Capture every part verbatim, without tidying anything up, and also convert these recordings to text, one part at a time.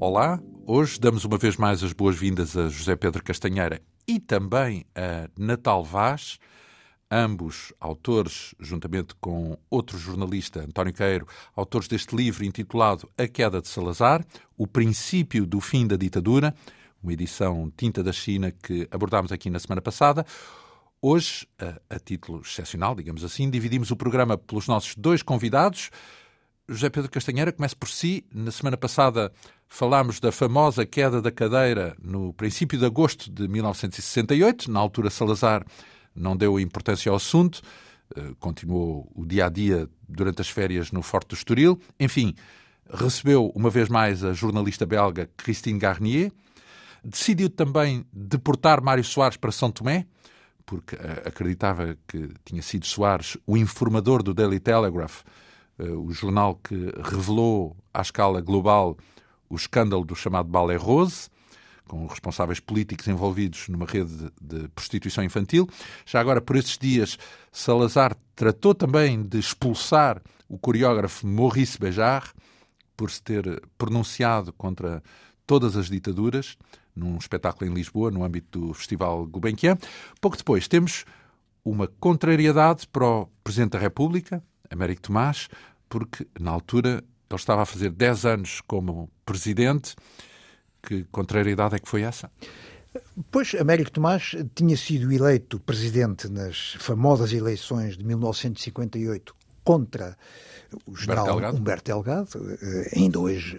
olá. Hoje damos uma vez mais as boas-vindas a José Pedro Castanheira e também a Natal Vaz, ambos autores, juntamente com outro jornalista, António Queiro, autores deste livro intitulado A Queda de Salazar, o princípio do fim da ditadura, uma edição tinta da China que abordámos aqui na semana passada. Hoje, a, a título excepcional, digamos assim, dividimos o programa pelos nossos dois convidados. José Pedro Castanheira, comece por si. Na semana passada falámos da famosa queda da cadeira no princípio de agosto de mil novecentos e sessenta e oito. Na altura, Salazar não deu importância ao assunto, continuou o dia-a-dia durante as férias no Forte do Estoril. Enfim, recebeu uma vez mais a jornalista belga Christine Garnier. Decidiu também deportar Mário Soares para São Tomé, porque acreditava que tinha sido Soares o informador do Daily Telegraph, o jornal que revelou à escala global o escândalo do chamado Ballet Rose, com responsáveis políticos envolvidos numa rede de prostituição infantil. Já agora, por esses dias, Salazar tratou também de expulsar o coreógrafo Maurice Béjart por se ter pronunciado contra todas as ditaduras num espetáculo em Lisboa, no âmbito do Festival Gulbenkian. Pouco depois temos uma contrariedade para o Presidente da República, Américo Tomás, porque na altura ele estava a fazer dez anos como Presidente. Que contrariedade é que foi essa? Pois, Américo Tomás tinha sido eleito Presidente nas famosas eleições de mil novecentos e cinquenta e oito contra o general Humberto Delgado. Ainda hoje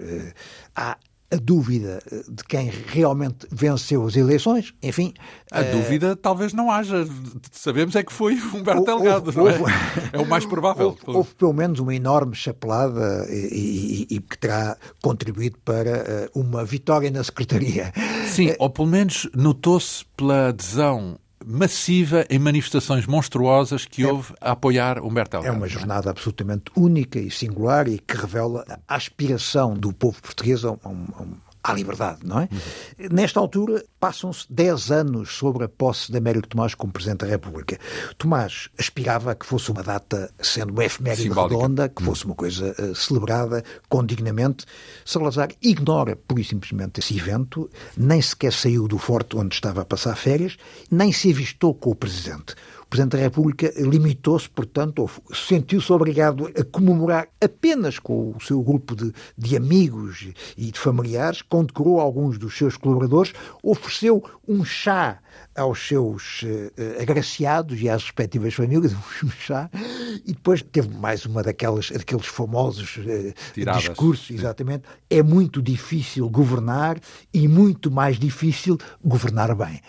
há a dúvida de quem realmente venceu as eleições. Enfim... A uh... dúvida talvez não haja. Sabemos é que foi Humberto Delgado, houve, não é? Houve... É o mais provável. Houve, houve pelo menos uma enorme chapelada e, e, e que terá contribuído para uma vitória na Secretaria. Sim, uh... ou pelo menos notou-se pela adesão massiva em manifestações monstruosas que é, houve a apoiar Humberto Delgado. É uma jornada absolutamente única e singular e que revela a aspiração do povo português a, um, à liberdade, não é? Uhum. Nesta altura, passam-se dez anos sobre a posse de Américo Tomás como Presidente da República. Tomás aspirava a que fosse uma data, sendo uma efeméride redonda, que fosse uma coisa uh, celebrada condignamente. Salazar ignora, pura e simplesmente, esse evento, nem sequer saiu do forte onde estava a passar férias, nem se avistou com o Presidente. O Presidente da República limitou-se, portanto, ou sentiu-se obrigado a comemorar apenas com o seu grupo de, de amigos e de familiares, condecorou alguns dos seus colaboradores, ofereceu um chá aos seus uh, agraciados e às respectivas famílias, um chá, e depois teve mais uma daquelas, daqueles famosos uh, discursos, exatamente. É muito difícil governar e muito mais difícil governar bem.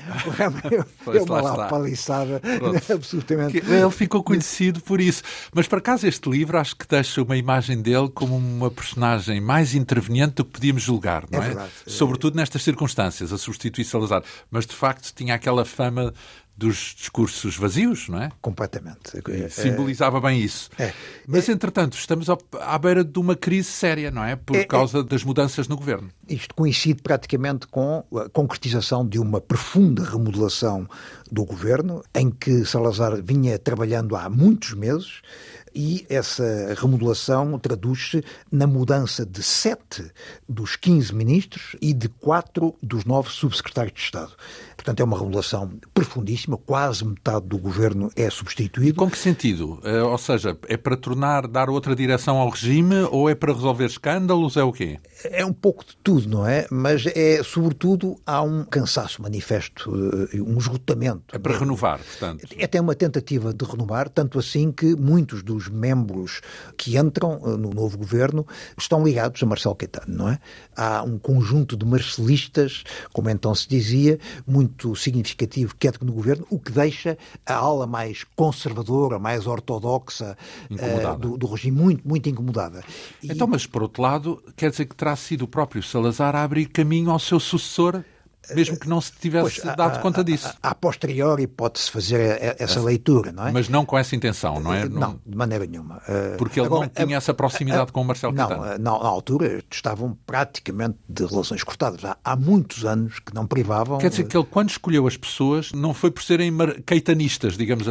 É uma lapaliçada absolutamente... Ele ficou conhecido por isso. Mas, por acaso, este livro acho que deixa uma imagem dele como uma personagem mais interveniente do que podíamos julgar, não é? É verdade. Sobretudo nestas circunstâncias, a substituir Salazar. Mas, de facto, tinha aquela fama dos discursos vazios, não é? Completamente. E simbolizava bem isso. É. Mas, entretanto, estamos à beira de uma crise séria, não é? Por é, causa é. das mudanças no governo. Isto coincide praticamente com a concretização de uma profunda remodelação do governo, em que Salazar vinha trabalhando há muitos meses, e essa remodelação traduz-se na mudança de sete dos quinze ministros e de quatro dos nove subsecretários de Estado. Portanto, é uma remodelação profundíssima, quase metade do governo é substituído. E com que sentido? Ou seja, é para tornar, dar outra direção ao regime ou é para resolver escândalos? É o quê? É um pouco de tudo, não é? Mas é, sobretudo, há um cansaço manifesto, um esgotamento. É para renovar, portanto. É até uma tentativa de renovar, tanto assim que muitos dos membros que entram no novo governo estão ligados a Marcelo Caetano, não é? Há um conjunto de marcelistas, como então se dizia, muito significativo que entra no governo, o que deixa a ala mais conservadora, mais ortodoxa uh, do, do regime muito, muito incomodada. E... Então, mas por outro lado, quer dizer que terá sido o próprio Salazar a abrir caminho ao seu sucessor, mesmo que não se tivesse pois, dado a, conta disso. A, a, a posteriori pode-se fazer essa, essa leitura, não é? Mas não com essa intenção, não é? Não, de maneira nenhuma. Porque ele Agora, não tinha a, essa proximidade a, com o Marcelo não, Caetano. Não, na altura estavam praticamente de relações cortadas. Há, há muitos anos que não privavam... Quer dizer que ele, quando escolheu as pessoas, não foi por serem caetanistas, digamos assim.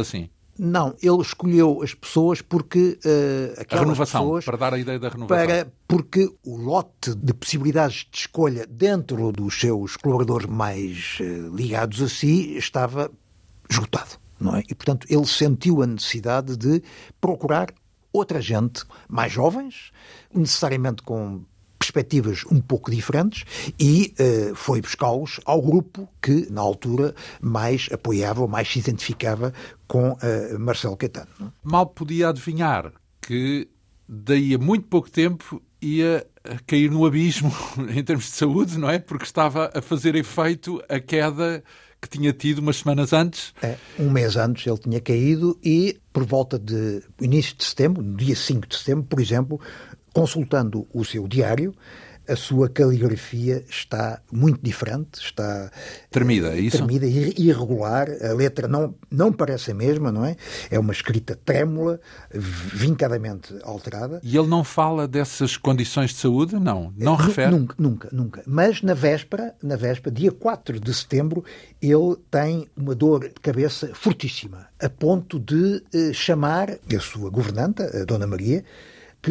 Não, ele escolheu as pessoas porque uh, aquelas a renovação, pessoas, para dar a ideia da renovação. Para, porque o lote de possibilidades de escolha dentro dos seus colaboradores mais uh, ligados a si estava esgotado, não é? E, portanto, ele sentiu a necessidade de procurar outra gente, mais jovens, necessariamente com perspectivas um pouco diferentes, e uh, foi buscá-los ao grupo que, na altura, mais apoiava ou mais se identificava com uh, Marcelo Caetano. Não é? Mal podia adivinhar que daí a muito pouco tempo ia cair no abismo em termos de saúde, não é? Porque estava a fazer efeito a queda que tinha tido umas semanas antes. É, um mês antes ele tinha caído e, por volta de início de setembro, no dia cinco de setembro, por exemplo, consultando o seu diário, a sua caligrafia está muito diferente, está tremida, é isso? Tremida, irregular, a letra não, não parece a mesma, não é? É uma escrita trémula, vincadamente alterada. E ele não fala dessas condições de saúde? Não, não N- refere? Nunca, nunca, nunca. Mas na véspera, na véspera, dia quatro de setembro, ele tem uma dor de cabeça fortíssima, a ponto de eh, chamar a sua governanta, a Dona Maria, que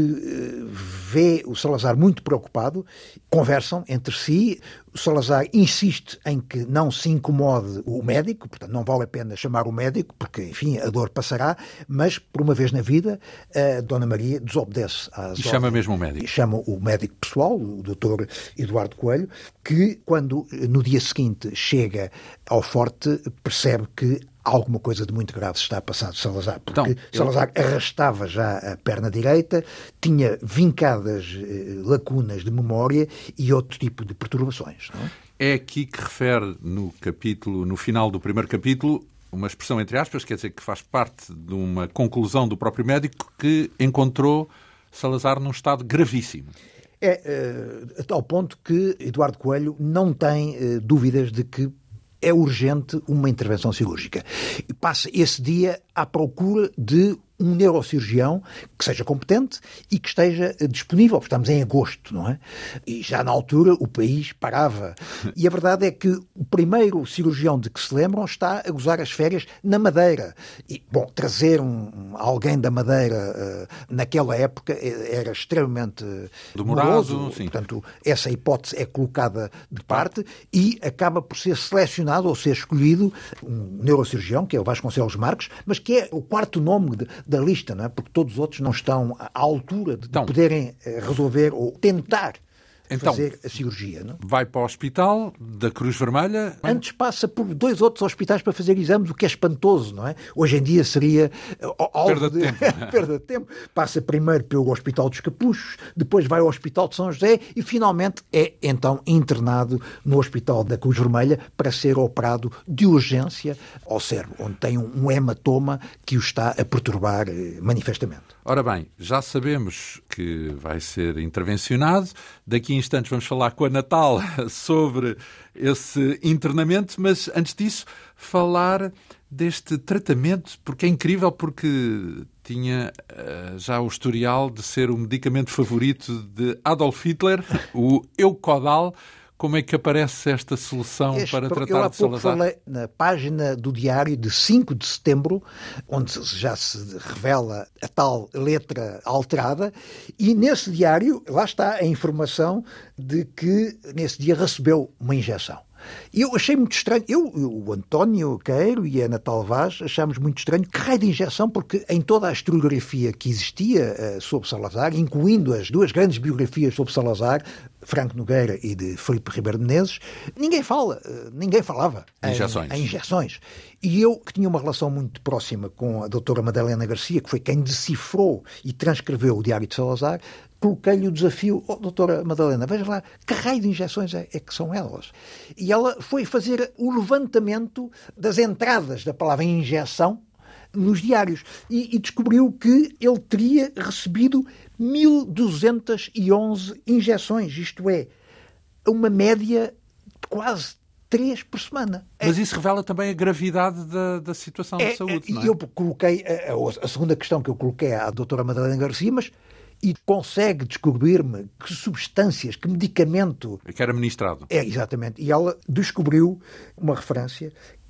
vê o Salazar muito preocupado, conversam entre si. O Salazar insiste em que não se incomode o médico, portanto não vale a pena chamar o médico, porque, enfim, a dor passará, mas, por uma vez na vida, a Dona Maria desobedece às ordens. E chama mesmo o médico. E chama o médico pessoal, o doutor Eduardo Coelho, que, quando no dia seguinte chega ao forte, percebe que alguma coisa de muito grave se está a passar de Salazar, porque então, Salazar eu... arrastava já a perna direita, tinha vincadas eh, lacunas de memória e outro tipo de perturbações. Não é? É aqui que refere no capítulo, no final do primeiro capítulo, uma expressão entre aspas, quer dizer que faz parte de uma conclusão do próprio médico que encontrou Salazar num estado gravíssimo. É, a tal ponto que Eduardo Coelho não tem uh, dúvidas de que é urgente uma intervenção cirúrgica. E passa esse dia à procura de um neurocirurgião que seja competente e que esteja disponível, porque estamos em agosto, não é? E já na altura o país parava. E a verdade é que o primeiro cirurgião de que se lembram está a gozar as férias na Madeira. E, bom, trazer um, alguém da Madeira uh, naquela época era extremamente demorado, moroso. Sim. Portanto, essa hipótese é colocada de parte e acaba por ser selecionado ou ser escolhido um neurocirurgião, que é o Vasconcelos Marques, mas que é o quarto nome de, da lista, não é? Porque todos os outros não estão à altura de então, poderem resolver ou tentar então, fazer a cirurgia. Não? Vai para o hospital da Cruz Vermelha. Antes passa por dois outros hospitais para fazer exames, o que é espantoso, não é? Hoje em dia seria algo perda de, de... tempo. perda de tempo. Passa primeiro pelo Hospital dos Capuchos, depois vai ao Hospital de São José e finalmente é então internado no Hospital da Cruz Vermelha para ser operado de urgência ao cérebro, onde tem um hematoma que o está a perturbar manifestamente. Ora bem, já sabemos que vai ser intervencionado. Daqui a instantes vamos falar com a Natal sobre esse internamento, mas antes disso falar deste tratamento, porque é incrível, porque tinha uh, já o historial de ser o medicamento favorito de Adolf Hitler, o Eucodal. Como é que aparece esta solução este, para tratar eu há de pouco Salazar? Falei na página do diário de cinco de setembro, onde já se revela a tal letra alterada, e nesse diário, lá está a informação de que nesse dia recebeu uma injeção. E eu achei muito estranho, eu, o António Queiro e a Natal Vaz achámos muito estranho que raio de injeção, porque em toda a historiografia que existia uh, sobre Salazar, incluindo as duas grandes biografias sobre Salazar, Franco Nogueira e de Filipe Ribeiro de Menezes, ninguém fala, uh, ninguém falava injeções. Em, em injeções. E eu, que tinha uma relação muito próxima com a doutora Madalena Garcia, que foi quem decifrou e transcreveu o Diário de Salazar, coloquei-lhe o desafio, oh, doutora Madalena, veja lá, que raio de injeções é, é que são elas? E ela foi fazer o levantamento das entradas da palavra injeção nos diários e, e descobriu que ele teria recebido mil duzentas e onze injeções, isto é, uma média de quase três por semana. Mas isso revela também a gravidade da, da situação é, de saúde, é, não é? E eu coloquei, a, a segunda questão que eu coloquei à doutora Madalena Garcia, mas e consegue descobrir-me que substâncias, que medicamento... Que era ministrado. É, exatamente. E ela descobriu uma referência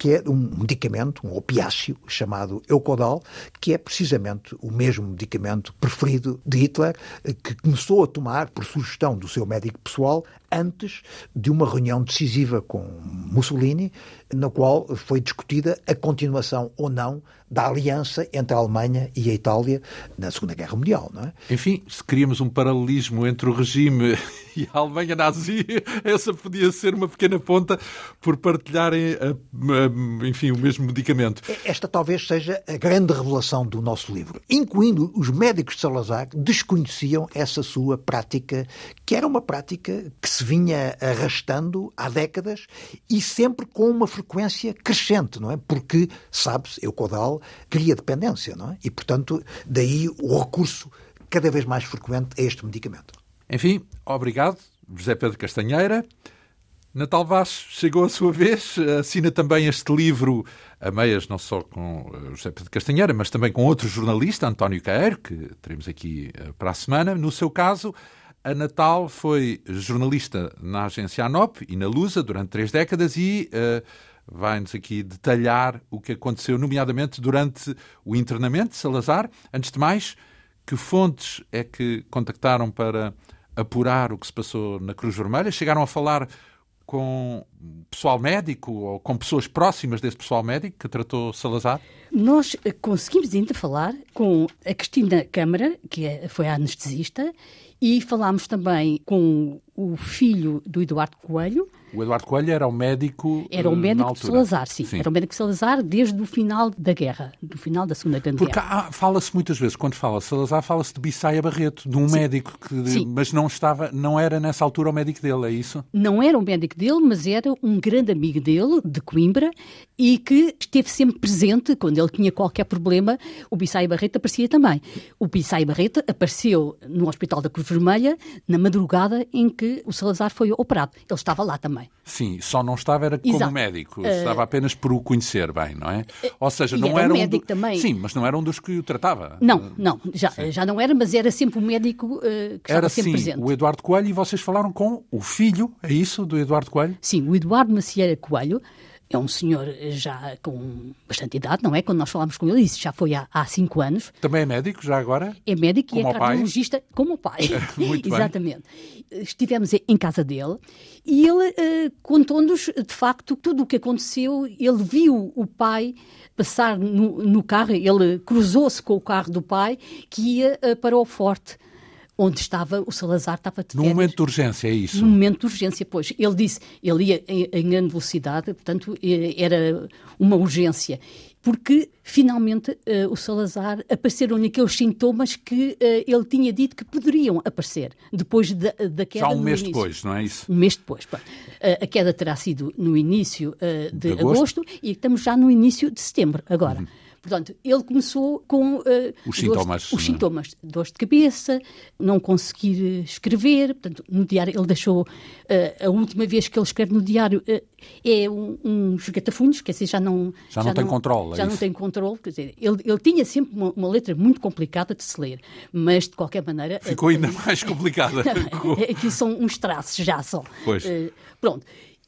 que é um medicamento, um opiáceo, chamado Eukodal, que é precisamente o mesmo medicamento preferido de Hitler, que começou a tomar, por sugestão do seu médico pessoal, antes de uma reunião decisiva com Mussolini, na qual foi discutida a continuação ou não da aliança entre a Alemanha e a Itália na Segunda Guerra Mundial, não é? Enfim, se queríamos um paralelismo entre o regime e a Alemanha nazi, essa podia ser uma pequena ponta por partilharem, a, a, enfim, o mesmo medicamento. Esta talvez seja a grande revelação do nosso livro. Incluindo os médicos de Salazar, desconheciam essa sua prática, que era uma prática que se vinha arrastando há décadas e sempre com uma frequência crescente, não é? Porque, sabe-se, Eukodal cria dependência, não é? E, portanto, daí o recurso cada vez mais frequente a este medicamento. Enfim, obrigado, José Pedro Castanheira. Natal Vaz chegou a sua vez, assina também este livro a meias, não só com José Pedro Castanheira, mas também com outro jornalista, António Caeiro, que teremos aqui para a semana. No seu caso, a Natal foi jornalista na agência ANOP e na Lusa durante três décadas e uh, vai-nos aqui detalhar o que aconteceu, nomeadamente durante o internamento de Salazar. Antes de mais, que fontes é que contactaram para apurar o que se passou na Cruz Vermelha? Chegaram a falar com pessoal médico ou com pessoas próximas desse pessoal médico que tratou Salazar? Nós conseguimos ainda falar com a Cristina Câmara, que foi a anestesista, e falámos também com o filho do Eduardo Coelho. O Eduardo Coelho era o médico Era o médico de Salazar, sim. sim. Era o médico de Salazar desde o final da guerra, do final da Segunda Grande Porque Guerra. Porque fala-se muitas vezes, quando fala Salazar, fala-se de Bissaia Barreto, de um sim. médico, que, sim. mas não, estava, não era nessa altura o médico dele, é isso? Não era o médico dele, mas era um grande amigo dele, de Coimbra, e que esteve sempre presente, quando ele tinha qualquer problema, o Bissaia Barreto aparecia também. O Bissaia Barreto apareceu no Hospital da Cruz Vermelha na madrugada em que o Salazar foi operado. Ele estava lá também. Sim, só não estava era como Exato. médico, estava apenas por o conhecer bem, não é? Ou seja, não era, era um um médico do... também. Sim, mas não era um dos que o tratava. Não, não, já, já não era, mas era sempre o médico uh, que era, estava sempre sim, presente. O Eduardo Coelho, e vocês falaram com o filho, é isso, do Eduardo Coelho? Sim, o Eduardo Macieira Coelho. É um senhor já com bastante idade, não é? Quando nós falámos com ele, isso já foi há, há cinco anos. Também é médico, já agora? É médico como e é cardiologista, como o pai. Muito Exatamente. Bem. Estivemos em casa dele e ele uh, contou-nos, de facto, tudo o que aconteceu. Ele viu o pai passar no, no carro, ele cruzou-se com o carro do pai que ia uh, para o Forte, onde estava o Salazar, estava de férias. No momento de urgência, é isso? No momento de urgência, pois. Ele disse, ele ia em, em grande velocidade, portanto, era uma urgência. Porque, finalmente, uh, o Salazar apareceram-lhe aqueles sintomas que uh, ele tinha dito que poderiam aparecer, depois da, da queda. Já um mês início. depois, não é isso? Um mês depois. Uh, a queda terá sido no início uh, de, de agosto. agosto e estamos já no início de setembro, agora. Uhum. Portanto, ele começou com uh, os sintomas, dores, os sintomas, dores de cabeça, não conseguir escrever. Portanto, no diário ele deixou, uh, a última vez que ele escreve no diário uh, é um, um esgatafunhos, quer dizer, já não... Já, já não tem controle. Já é não isso? tem controle, quer dizer, ele, ele tinha sempre uma, uma letra muito complicada de se ler, mas de qualquer maneira... Ficou uh, ainda mais complicada. Aqui são uns traços já só. Pois. Uh, pronto.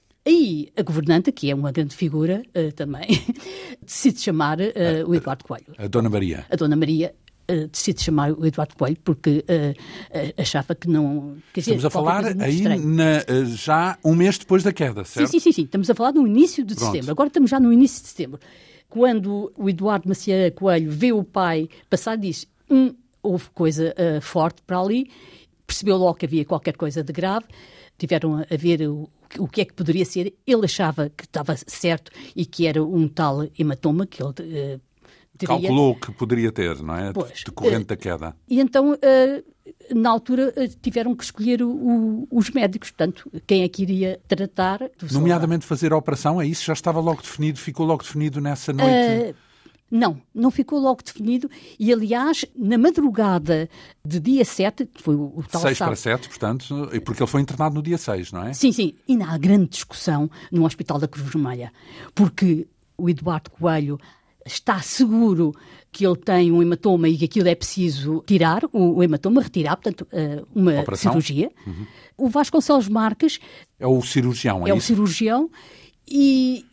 Aí a governanta, que é uma grande figura uh, também, decide chamar uh, o Eduardo Coelho. A Dona Maria. A Dona Maria uh, decide chamar o Eduardo Coelho porque uh, uh, achava que não... Quer dizer, estamos a falar aí na, já um mês depois da queda, certo? Sim, sim, sim, sim. Estamos a falar no início de Pronto. setembro. Agora estamos já no início de setembro. Quando o Eduardo Macieira Coelho vê o pai passar, diz, hum, houve coisa uh, forte para ali, percebeu logo que havia qualquer coisa de grave, tiveram a ver o, o que é que poderia ser. Ele achava que estava certo e que era um tal hematoma que ele uh, teria. Calculou que poderia ter, não é? Pois, decorrente uh, da queda. E então, uh, na altura, uh, tiveram que escolher o, o, os médicos, portanto, quem é que iria tratar. Do Nomeadamente fazer a operação, é isso? Já estava logo definido, ficou logo definido nessa noite? Uh, Não, não ficou logo definido e, aliás, na madrugada de dia sete, foi o, o tal seis sábado... para sete, portanto, porque ele foi internado no dia seis, não é? Sim, sim, e há grande discussão no Hospital da Cruz Vermelha, porque o Eduardo Coelho está seguro que ele tem um hematoma e que aquilo é preciso tirar, o, o hematoma, retirar, portanto, uma Operação? cirurgia. Uhum. O Vasconcelos Marques... É o cirurgião, é, é isso? o cirurgião e...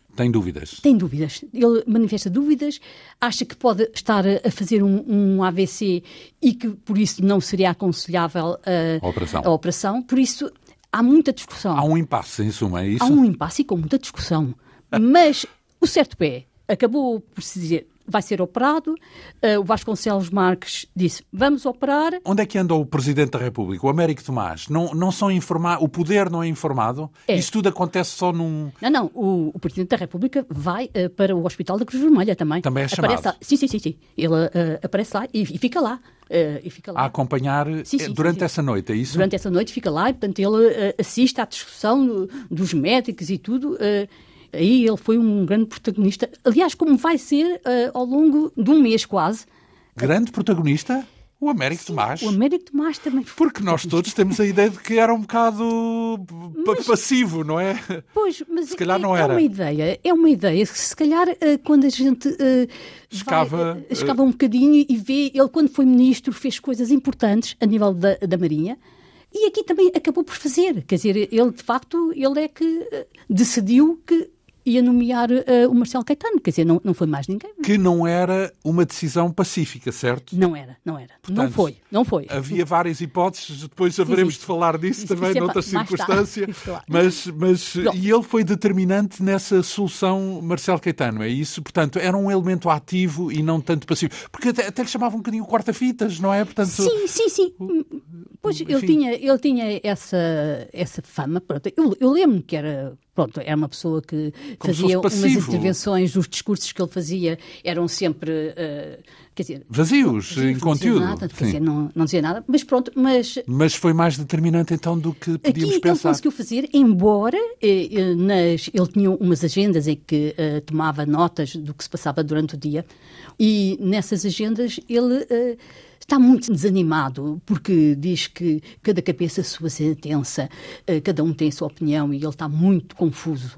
Tem dúvidas? Tem dúvidas. Ele manifesta dúvidas, acha que pode estar a fazer um, um A V C e que, por isso, não seria aconselhável a, a, operação. a operação. Por isso, há muita discussão. Há um impasse, em suma, é isso? Há um impasse e com muita discussão. Mas o certo é, acabou por se dizer, vai ser operado. Uh, o Vasconcelos Marques disse, vamos operar. Onde é que anda o Presidente da República, o Américo Tomás? Não, não são informados, o poder não é informado? É. Isso tudo acontece só num... Não, não, o, o Presidente da República vai uh, para o Hospital da Cruz Vermelha também. Também é chamado? Aparece lá. Sim, sim, sim, sim. Ele uh, aparece lá e, e fica lá. Uh, e fica lá. A acompanhar sim, sim, durante sim, sim. essa noite, é isso? Durante essa noite fica lá e, portanto, ele uh, assiste à discussão do, dos médicos e tudo. Uh, Aí ele foi um grande protagonista. Aliás, como vai ser uh, ao longo de um mês quase. Grande protagonista? O Américo Sim, Tomás? O Américo Tomás também foi. Porque nós todos temos a ideia de que era um bocado Mas, passivo, não é? Pois, mas se calhar é, não era. É uma ideia, é uma ideia que se calhar uh, quando a gente uh, escava, vai, uh, escava um bocadinho e vê, ele quando foi ministro fez coisas importantes a nível da, da Marinha. E aqui também acabou por fazer. Quer dizer, ele de facto, ele é que uh, decidiu que ia nomear uh, o Marcelo Caetano, quer dizer, não, não foi mais ninguém. Que não era uma decisão pacífica, certo? Não era, não era. Portanto, não foi, não foi. Havia várias hipóteses, depois haveremos sim. de falar disso Isso, também isso é noutra mais circunstância, claro. mas, mas e ele foi determinante nessa solução Marcelo Caetano, é isso? Portanto, era um elemento ativo e não tanto passivo. Porque até, até lhe chamavam um bocadinho o quarta-fitas, não é? Portanto, sim, sim, sim. Pois ele tinha, ele tinha essa, essa fama. Pronto. Eu, eu lembro que era... Pronto, era uma pessoa que Como fazia umas passivo. intervenções, os discursos que ele fazia eram sempre, uh, quer dizer... Vazios, vazios em não conteúdo. Nada, quer dizer, não, não dizia nada, mas pronto, mas... Mas foi mais determinante então do que podíamos aqui pensar. Ele conseguiu fazer, embora eh, eh, nas, ele tinha umas agendas em que uh, tomava notas do que se passava durante o dia e nessas agendas ele... Uh, está muito desanimado, porque diz que cada cabeça sua sentença, cada um tem a sua opinião e ele está muito confuso.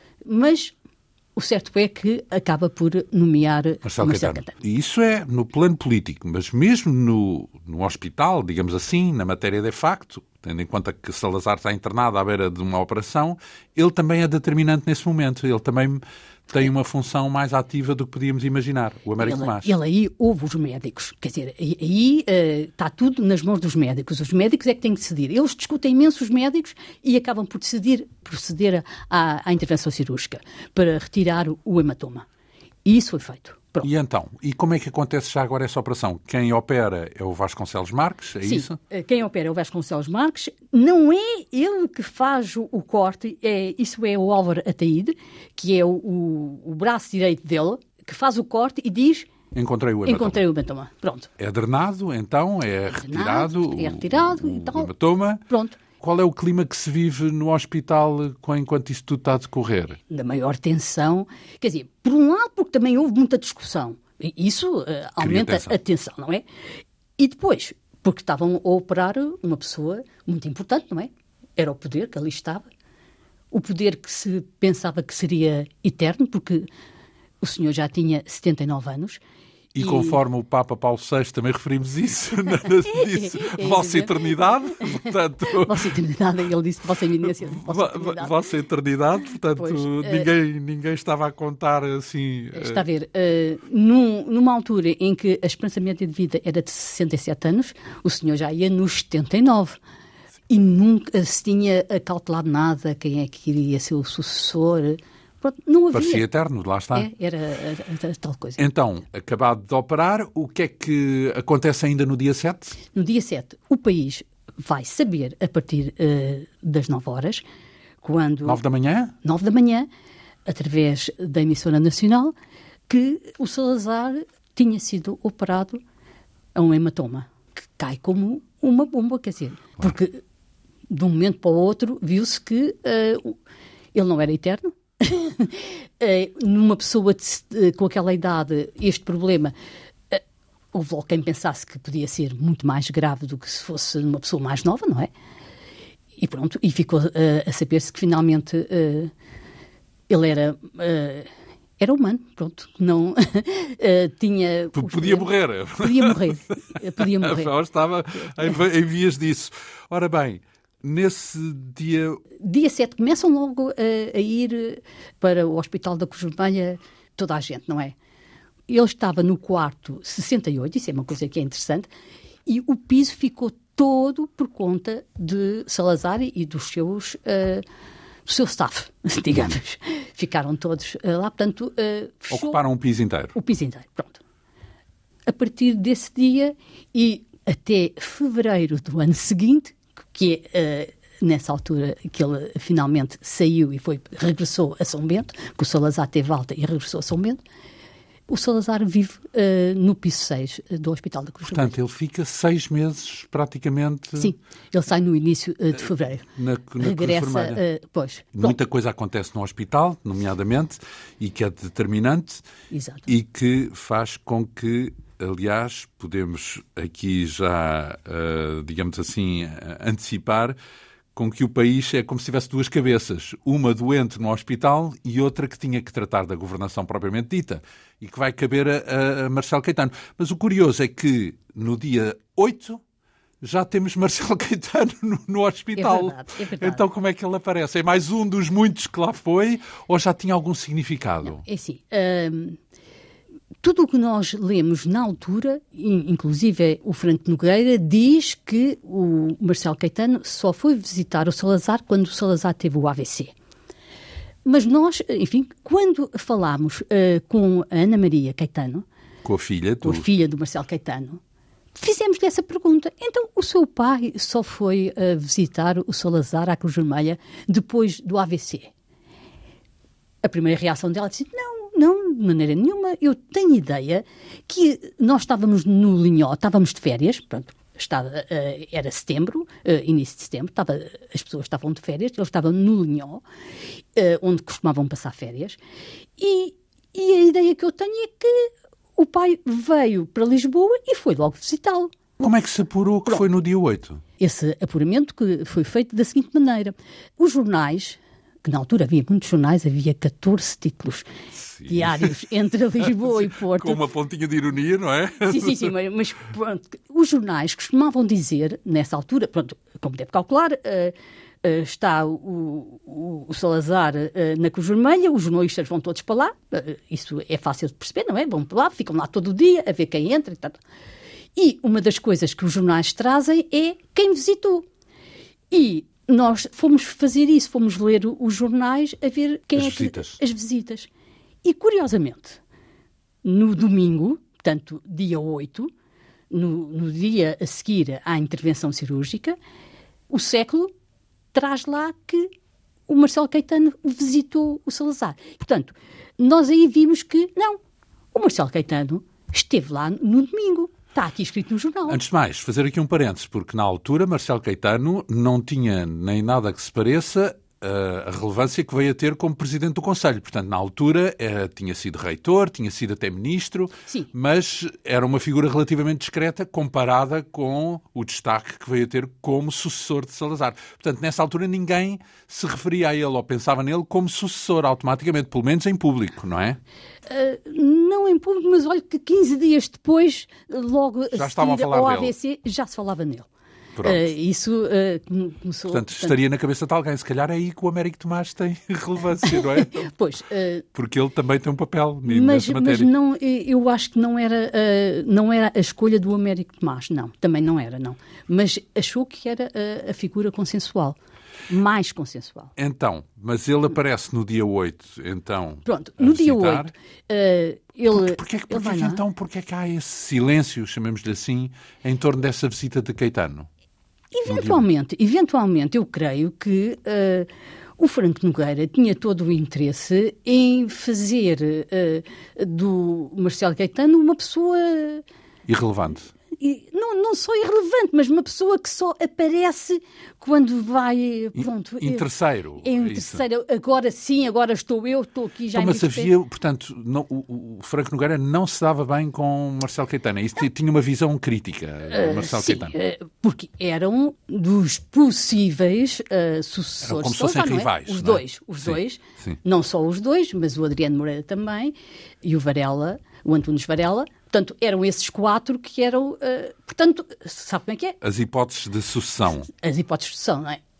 Mas o certo é que acaba por nomear Marcelo Marcelo Caetano. Caetano. E isso é no plano político, mas mesmo no, no hospital, digamos assim, na matéria de facto, tendo em conta que Salazar está internado à beira de uma operação, ele também é determinante nesse momento. Ele também tem uma função mais ativa do que podíamos imaginar, o Américo Ele, Tomás. ele aí ouve os médicos, quer dizer, aí, aí uh, está tudo nas mãos dos médicos. Os médicos é que têm que decidir. Eles discutem imenso os médicos e acabam por decidir proceder à, à intervenção cirúrgica para retirar o, o hematoma. E isso foi feito. Pronto. E então, e como é que acontece já agora essa operação? Quem opera é o Vasconcelos Marques, é Sim, isso? Quem opera é o Vasconcelos Marques. Não é ele que faz o, o corte, é, isso é o Álvaro Ataíde, que é o, o, o braço direito dele, que faz o corte e diz... Encontrei o hematoma. Encontrei o hematoma. Pronto. É drenado, então, é, é retirado, drenado, é retirado o, e tal. o hematoma. Pronto. Qual é o clima que se vive no hospital enquanto isso tudo está a decorrer? Da maior tensão. Quer dizer, por um lado, porque também houve muita discussão. Isso uh, aumenta tensão. a tensão, não é? E depois, porque estavam a operar uma pessoa muito importante, não é? Era o poder que ali estava. O poder que se pensava que seria eterno, porque o senhor já tinha setenta e nove anos. E, e conforme o Papa Paulo sexto também referimos isso, disse é, é, vossa é, eternidade, portanto... Vossa eternidade, ele disse vossa eminência. Vossa eternidade, vossa eternidade portanto, pois, ninguém, uh, ninguém estava a contar assim... Uh... Está a ver, uh, num, numa altura em que a esperança média de vida era de sessenta e sete anos, o senhor já ia nos setenta e nove. E nunca se tinha acautelado nada, quem é que iria ser o sucessor... Pronto, não havia. Parecia eterno, lá está. É, era a, a, a tal coisa. Então, acabado de operar, o que é que acontece ainda no dia sete? No dia sete, o país vai saber, a partir uh, das nove horas, quando... nove da manhã? nove da manhã, através da emissora nacional, que o Salazar tinha sido operado a um hematoma, que cai como uma bomba, quer dizer, claro. Porque de um momento para o outro viu-se que uh, ele não era eterno. Numa pessoa de, com aquela idade, este problema, houve logo quem pensasse que podia ser muito mais grave do que se fosse uma pessoa mais nova, não é? E pronto, e ficou uh, a saber-se que finalmente uh, ele era, uh, era humano, pronto, não uh, tinha... Podia morrer. Podia morrer, podia morrer. Estava em, em vias disso. Ora bem, nesse dia... Dia sete começam logo a, a ir para o Hospital da Cruz Vermelha toda a gente, não é? Ele estava no quarto sessenta e oito, isso é uma coisa que é interessante, e o piso ficou todo por conta de Salazar e dos seus, uh, do seu staff, digamos. Ficaram todos uh, lá, portanto... Uh, Ocuparam o piso inteiro. O piso inteiro, pronto. A partir desse dia e até fevereiro do ano seguinte, que é uh, nessa altura que ele finalmente saiu e foi, regressou a São Bento, que o Salazar teve alta e regressou a São Bento, o Salazar vive uh, no piso seis do Hospital da Cruz Vermelha. Portanto, ele fica seis meses praticamente... Sim, ele sai no início uh, de fevereiro. Na, na Regressa, Cruz Vermelha. Uh, pois. Muita Bom, coisa acontece no hospital, nomeadamente, e que é determinante. Exato. E que faz com que, aliás, podemos aqui já, uh, digamos assim, uh, antecipar com que o país é como se tivesse duas cabeças, uma doente no hospital e outra que tinha que tratar da governação propriamente dita, e que vai caber a, a Marcelo Caetano. Mas o curioso é que no dia oito já temos Marcelo Caetano no, no hospital. É verdade, é verdade. Então como é que ele aparece? É mais um dos muitos que lá foi ou já tinha algum significado? Não, é assim... Hum... Tudo o que nós lemos na altura, inclusive o Franco Nogueira, diz que o Marcelo Caetano só foi visitar o Salazar quando o Salazar teve o A V C. Mas nós, enfim, quando falámos uh, com a Ana Maria Caetano, com a filha, com tu... a filha do Marcelo Caetano, fizemos-lhe essa pergunta. Então, o seu pai só foi uh, visitar o Salazar à Cruz Vermelha depois do A V C? A primeira reação dela disse, não, não, de maneira nenhuma. Eu tenho ideia que nós estávamos no Linhó, estávamos de férias, pronto, estava, uh, era setembro, uh, início de setembro, estava, as pessoas estavam de férias, eles estavam no Linhó, uh, onde costumavam passar férias, e, e a ideia que eu tenho é que o pai veio para Lisboa e foi logo visitá-lo. Como é que se apurou que Pronto. Foi no dia oito? Esse apuramento que foi feito da seguinte maneira. Os jornais, que na altura havia muitos jornais, havia catorze títulos sim. diários entre Lisboa e Porto. Com uma pontinha de ironia, não é? Sim, sim, sim, mas, mas pronto, os jornais costumavam dizer, nessa altura, pronto, como deve calcular, uh, uh, está o, o, o Salazar uh, na Cruz Vermelha, os jornalistas vão todos para lá, uh, isso é fácil de perceber, não é? Vão para lá, ficam lá todo o dia a ver quem entra e tal. E uma das coisas que os jornais trazem é quem visitou. E nós fomos fazer isso, fomos ler os jornais a ver quem as é que... Visitas. As visitas. E, curiosamente, no domingo, portanto, dia oito, no, no dia a seguir à intervenção cirúrgica, o Século traz lá que o Marcelo Caetano visitou o Salazar. Portanto, nós aí vimos que, não, o Marcelo Caetano esteve lá no domingo. Está aqui escrito no jornal. Antes de mais, fazer aqui um parênteses, porque na altura Marcelo Caetano não tinha nem nada que se pareça a relevância que veio a ter como Presidente do Conselho. Portanto, na altura eh, tinha sido reitor, tinha sido até ministro, Sim. mas era uma figura relativamente discreta comparada com o destaque que veio a ter como sucessor de Salazar. Portanto, nessa altura ninguém se referia a ele ou pensava nele como sucessor automaticamente, pelo menos em público, não é? Uh, não em público, mas olha que quinze dias depois, logo a já estavam a seguir falar ao dele. A V C, já se falava nele. Pronto. Uh, isso uh, começou... Portanto, estaria na cabeça de alguém. Se calhar é aí que o Américo Tomás tem relevância, não é? Pois. Uh, Porque ele também tem um papel mas, nessa matéria. Mas não, eu acho que não era, uh, não era a escolha do Américo Tomás, não. Também não era, não. Mas achou que era a, a figura consensual. Mais consensual. Então, mas ele aparece no dia oito, então... Pronto, no dia oito, uh, ele... Porquê, porquê, ele porquê que, então, porquê que há esse silêncio, chamemos-lhe assim, em torno dessa visita de Caetano? Eventualmente, eventualmente, eu creio que uh, o Franco Nogueira tinha todo o interesse em fazer uh, do Marcelo Caetano uma pessoa... Irrelevante. E não, não só irrelevante, mas uma pessoa que só aparece quando vai... Pronto, em terceiro. É em terceiro. Agora sim, agora estou eu, estou aqui já então, em mas havia, portanto, não, o, o Franco Nogueira não se dava bem com Marcelo Caetano. Isso tinha uma visão crítica, uh, Marcelo sim, Caetano. Uh, porque eram dos possíveis uh, sucessores. Eram como de se fossem Salazar, rivais. Não é? Os não é? dois, os sim, dois. Sim. Não só os dois, mas o Adriano Moreira também e o Varela, o Antunes Varela. Portanto, eram esses quatro que eram... Uh, portanto, sabe como é que é? As hipóteses de sucessão. As hipóteses de sucessão, não é?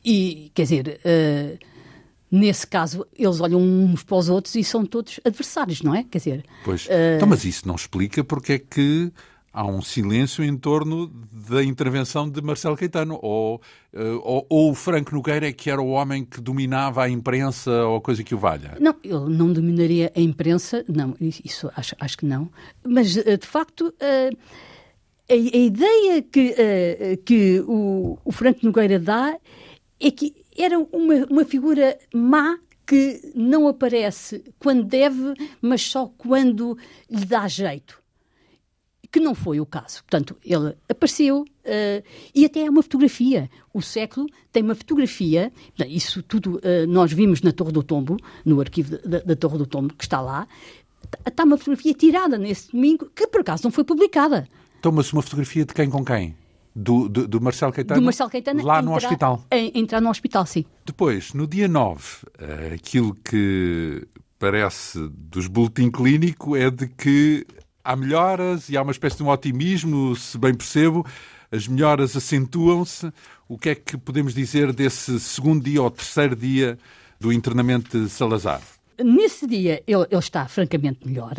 E, quer dizer, uh, nesse caso, eles olham uns para os outros e são todos adversários, não é? Quer dizer... Pois, uh... então, mas isso não explica porque é que há um silêncio em torno da intervenção de Marcelo Caetano. Ou, uh, ou, ou o Franco Nogueira é que era o homem que dominava a imprensa ou coisa que o valha? Não, ele não dominaria a imprensa, não, isso acho, acho que não. Mas, de facto, uh, a, a ideia que, uh, que o, o Franco Nogueira dá é que era uma, uma figura má que não aparece quando deve, mas só quando lhe dá jeito. Que não foi o caso. Portanto, ele apareceu uh, e até há uma fotografia. O Século tem uma fotografia, isso tudo uh, nós vimos na Torre do Tombo, no arquivo da, da Torre do Tombo, que está lá. Está uma fotografia tirada nesse domingo, que por acaso não foi publicada. Então, mas uma fotografia de quem com quem? Do, do, do Marcelo Caetano? Do Marcelo Caetano lá no entrar, hospital? Em, entrar no hospital, sim. Depois, no dia nove, uh, aquilo que parece dos boletim clínico é de que há melhoras e há uma espécie de um otimismo, se bem percebo, as melhoras acentuam-se. O que é que podemos dizer desse segundo dia ou terceiro dia do internamento de Salazar? Nesse dia ele, ele está francamente melhor.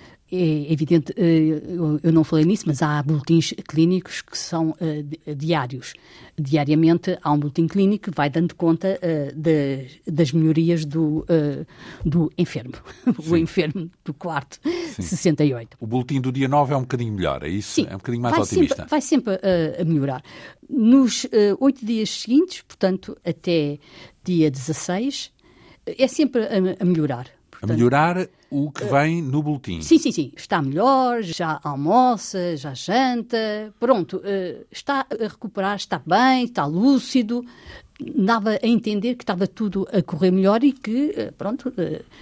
É evidente, eu não falei nisso, mas há boletins clínicos que são diários. Diariamente há um boletim clínico que vai dando conta das melhorias do, do enfermo, o enfermo do quarto Sim. sessenta e oito. O boletim do dia nove é um bocadinho melhor, é isso? Sim, é um bocadinho mais vai otimista. Sempre, vai sempre a, a melhorar. Nos oito dias seguintes, portanto, até dia dezasseis, é sempre a, a melhorar. Portanto, a melhorar o que vem no boletim. Sim, sim, sim. Está melhor, já almoça, já janta, pronto, está a recuperar, está bem, está lúcido, dava a entender que estava tudo a correr melhor e que, pronto,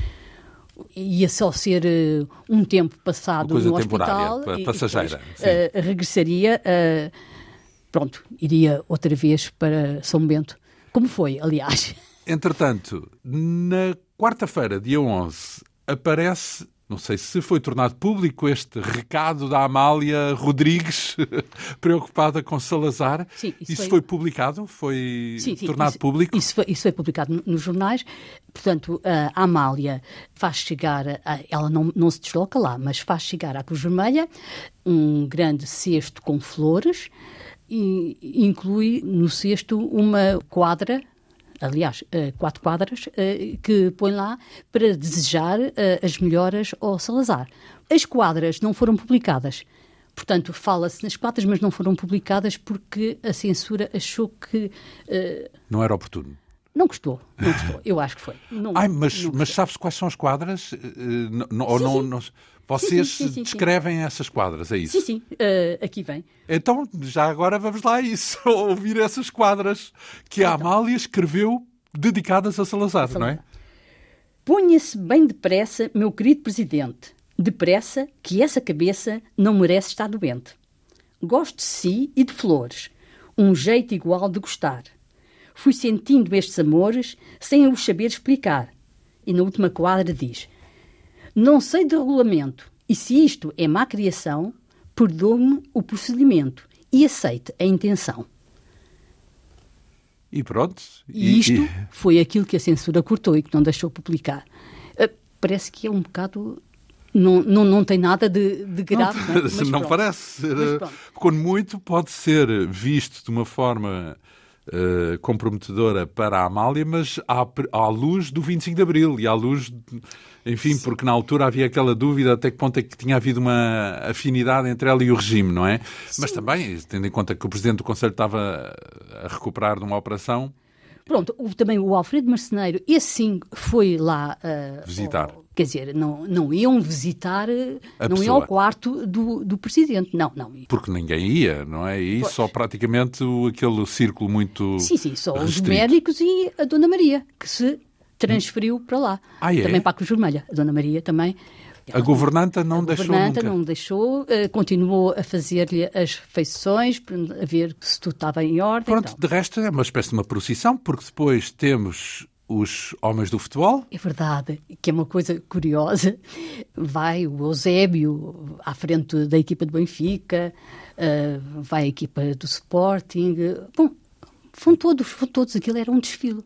ia só ser um tempo passado no hospital. Temporária, passageira. E depois, regressaria, pronto, iria outra vez para São Bento, como foi, aliás. Entretanto, na quarta-feira, dia onze, aparece, não sei se foi tornado público, este recado da Amália Rodrigues, preocupada com Salazar. Sim, isso, isso foi... foi publicado? Foi sim, sim, tornado isso, público? Isso foi, isso foi publicado nos jornais. Portanto, a Amália faz chegar, a, ela não, não se desloca lá, mas faz chegar à Cruz Vermelha um grande cesto com flores e inclui no cesto uma quadra, aliás, quatro quadras, que põe lá para desejar as melhoras ao Salazar. As quadras não foram publicadas. Portanto, fala-se nas quadras, mas não foram publicadas porque a censura achou que... Uh, não era oportuno. Não gostou, não gostou. Eu acho que foi. Não, Ai, mas, mas sabes quais são as quadras? Uh, não, sim, ou não, sim. não, vocês sim, sim, sim, descrevem sim. essas quadras, é isso? Sim, sim. Uh, aqui vem. Então, já agora vamos lá a isso, ouvir essas quadras que a então. Amália escreveu dedicadas a Salazar, Salazar. Não é? Ponha-se bem depressa, meu querido presidente. Depressa, que essa cabeça não merece estar doente. Gosto de si e de flores. Um jeito igual de gostar. Fui sentindo estes amores sem os saber explicar. E na última quadra diz: não sei de regulamento, e se isto é má criação, perdoe-me o procedimento e aceite a intenção. E pronto. E, e isto e... foi aquilo que a censura cortou e que não deixou publicar. Uh, parece que é um bocado... Não, não, não tem nada de, de grave. Não, mas não parece. Ser, quando muito pode ser visto de uma forma uh, comprometedora para a Amália, mas à, à luz do vinte e cinco de Abril e à luz... De, enfim, Sim. porque na altura havia aquela dúvida até que ponto é que tinha havido uma afinidade entre ela e o regime, não é? Sim. Mas também, tendo em conta que o Presidente do Conselho estava a recuperar de uma operação... Pronto, houve também o Alfredo Marceneiro, esse sim foi lá... Uh, visitar. Ao, quer dizer, não, não iam visitar, a não pessoa. iam ao quarto do, do Presidente, não, não. Porque ninguém ia, não é? E pois. Só praticamente o, aquele círculo muito Sim, sim, só restrito. Os médicos e a Dona Maria, que se transferiu hum. para lá. Ah, é? Também para a Cruz Vermelha. A Dona Maria também... A governanta não a deixou governanta nunca. não deixou, uh, continuou a fazer-lhe as refeições, a ver se tudo estava em ordem. Pronto, de resto é uma espécie de uma procissão, porque depois temos os homens do futebol. É verdade, que é uma coisa curiosa. Vai o Eusébio à frente da equipa do Benfica, uh, vai a equipa do Sporting. Bom, Vão todos, vão todos. Aquilo era um desfile.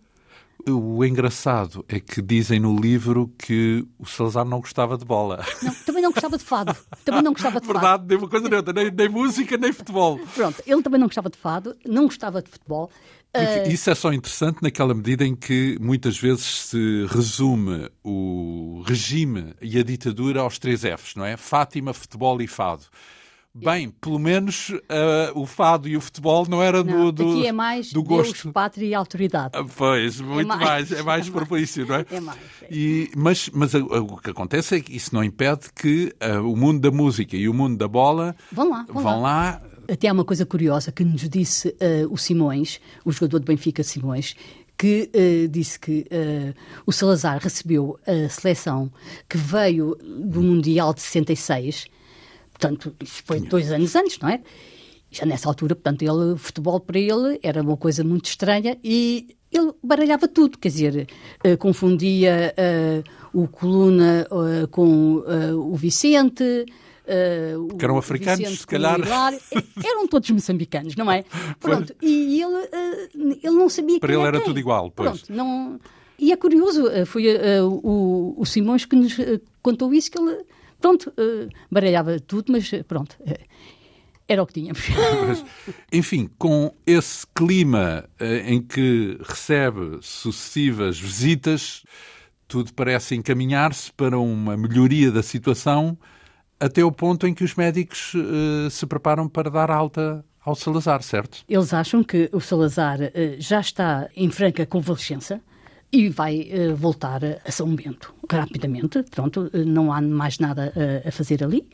O engraçado é que dizem no livro que o Salazar não gostava de bola. Não, também não gostava de fado. Também não gostava de Verdade, fado. nem uma coisa nem, nem, nem música, nem futebol. Pronto, ele também não gostava de fado, não gostava de futebol. Porque isso é só interessante naquela medida em que muitas vezes se resume o regime e a ditadura aos três Fs, não é? Fátima, futebol e fado. Bem, pelo menos uh, o fado e o futebol não era não, do, do, aqui é mais do Deus, gosto. pátria e autoridade. Ah, pois, muito é mais. mais, é mais é propício, não é? É mais. É. E, mas mas o que acontece é que isso não impede que uh, o mundo da música e o mundo da bola vão lá. Vão, vão lá. lá. Até há uma coisa curiosa que nos disse uh, o Simões, o jogador de Benfica Simões, que uh, disse que uh, o Salazar recebeu a seleção que veio do Mundial de sessenta e seis. Portanto, isso foi dois anos antes, não é? Já nessa altura, portanto, ele, futebol para ele era uma coisa muito estranha e ele baralhava tudo, quer dizer, uh, confundia uh, o Coluna uh, com uh, o Vicente. Uh, que eram africanos, Vicente se calhar. Eram todos moçambicanos, não é? Pronto, e ele, uh, ele não sabia para quem ele era era quem. tudo igual, pois. Pronto, não... E é curioso, uh, foi uh, o, o Simões que nos uh, contou isso, que ele... Pronto, uh, baralhava tudo, mas pronto, uh, era o que tínhamos. Mas, enfim, com esse clima uh, em que recebe sucessivas visitas, tudo parece encaminhar-se para uma melhoria da situação até o ponto em que os médicos uh, se preparam para dar alta ao Salazar, certo? Eles acham que o Salazar uh, já está em franca convalescença e vai uh, voltar a São Bento rapidamente. Pronto, uh, não há mais nada uh, a fazer ali.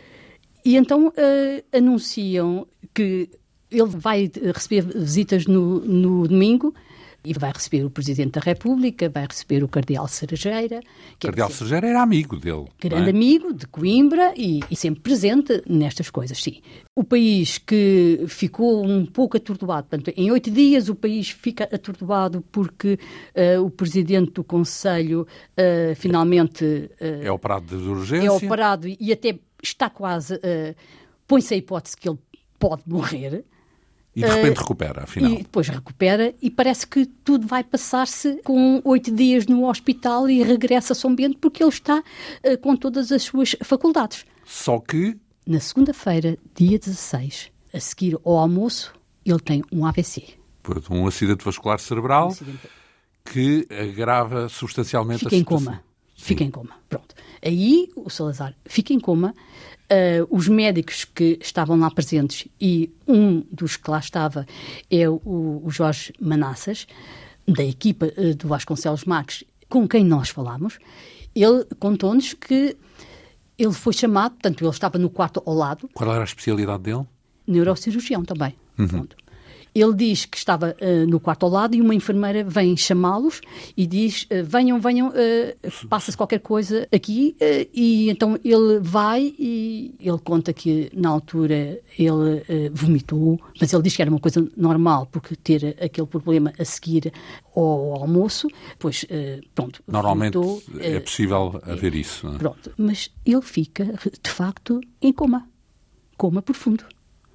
E então uh, anunciam que ele vai receber visitas no, no domingo e vai receber o Presidente da República, vai receber o Cardeal Cerejeira. O Cardeal Cerejeira era amigo dele. Grande é? amigo de Coimbra e, e sempre presente nestas coisas, sim. O país que ficou um pouco atordoado, portanto, em oito dias o país fica atordoado porque uh, o Presidente do Conselho uh, finalmente... Uh, é operado de urgência. É operado e até está quase... Uh, põe-se a hipótese que ele pode morrer. E de repente uh, recupera, afinal. E depois recupera e parece que tudo vai passar-se com oito dias no hospital e regressa a São Bento porque ele está uh, com todas as suas faculdades. Só que... Na segunda-feira, dia dezasseis, a seguir ao almoço, ele tem um A V C. Um acidente vascular cerebral um acidente... que agrava substancialmente fica a situação. Fica em coma. Fica em coma. Pronto. Aí o Salazar fica em coma. Uh, os médicos que estavam lá presentes, e um dos que lá estava é o, o Jorge Manassas, da equipa uh, do Vasconcelos Marques, com quem nós falámos, ele contou-nos que ele foi chamado, portanto, ele estava no quarto ao lado. Qual era a especialidade dele? Neurocirurgião também. Uhum. Pronto. Ele diz que estava uh, no quarto ao lado e uma enfermeira vem chamá-los e diz, uh, venham, venham, uh, passa-se qualquer coisa aqui. Uh, e então ele vai e ele conta que na altura ele uh, vomitou, mas ele diz que era uma coisa normal, porque ter aquele problema a seguir ao almoço, pois uh, pronto. Normalmente vomitou, é uh, possível é, haver isso. Não é? Pronto, mas ele fica, de facto, em coma. Coma profundo.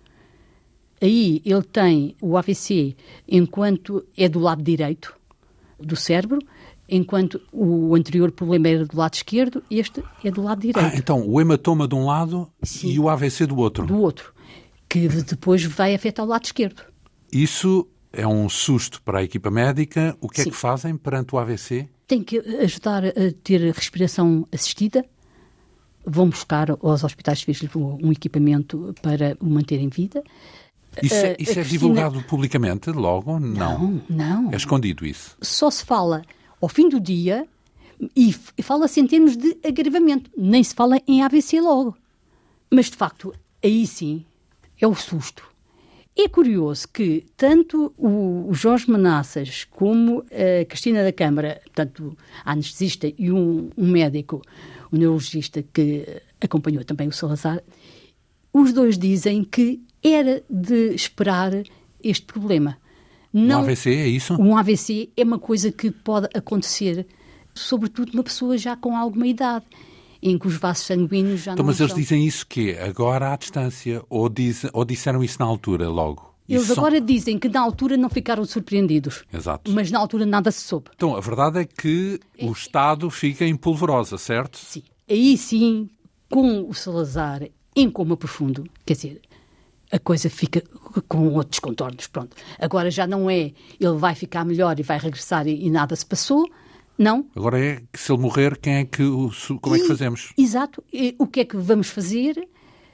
Aí ele tem o A V C enquanto é do lado direito do cérebro, enquanto o anterior problema era do lado esquerdo, este é do lado direito. Ah, então o hematoma de um lado Sim. E o A V C do outro. Do outro, que depois vai afetar o lado esquerdo. Isso é um susto para a equipa médica. O que Sim. é que fazem perante o A V C? Tem que ajudar a ter respiração assistida. Vão buscar aos hospitais civis de Lisboa um equipamento para o manter em vida. Isso é, isso é Cristina... divulgado publicamente logo? Não. Não, não. É escondido isso? Só se fala ao fim do dia e, e fala-se em termos de agravamento. Nem se fala em A V C logo. Mas, de facto, aí sim é o susto. É curioso que tanto o, o Jorge Manassas como a Cristina da Câmara, portanto, a anestesista e um, um médico, o neurologista que acompanhou também o Salazar, os dois dizem que era de esperar este problema. Não, um A V C é isso? Um A V C é uma coisa que pode acontecer, sobretudo uma pessoa já com alguma idade, em que os vasos sanguíneos já então, não mas eles são... dizem isso quê? Agora à distância? Ou, diz, ou disseram isso na altura, logo? Eles são... agora dizem que na altura não ficaram surpreendidos. Exato. Mas na altura nada se soube. Então, a verdade é que o Estado fica em polvorosa, certo? Sim. Aí sim, com o Salazar em coma profundo, quer dizer, a coisa fica com outros contornos. Pronto. Agora já não é ele vai ficar melhor e vai regressar e, e nada se passou. Não. Agora é que se ele morrer, quem é que o, como é que fazemos? E, exato. E, o que é que vamos fazer?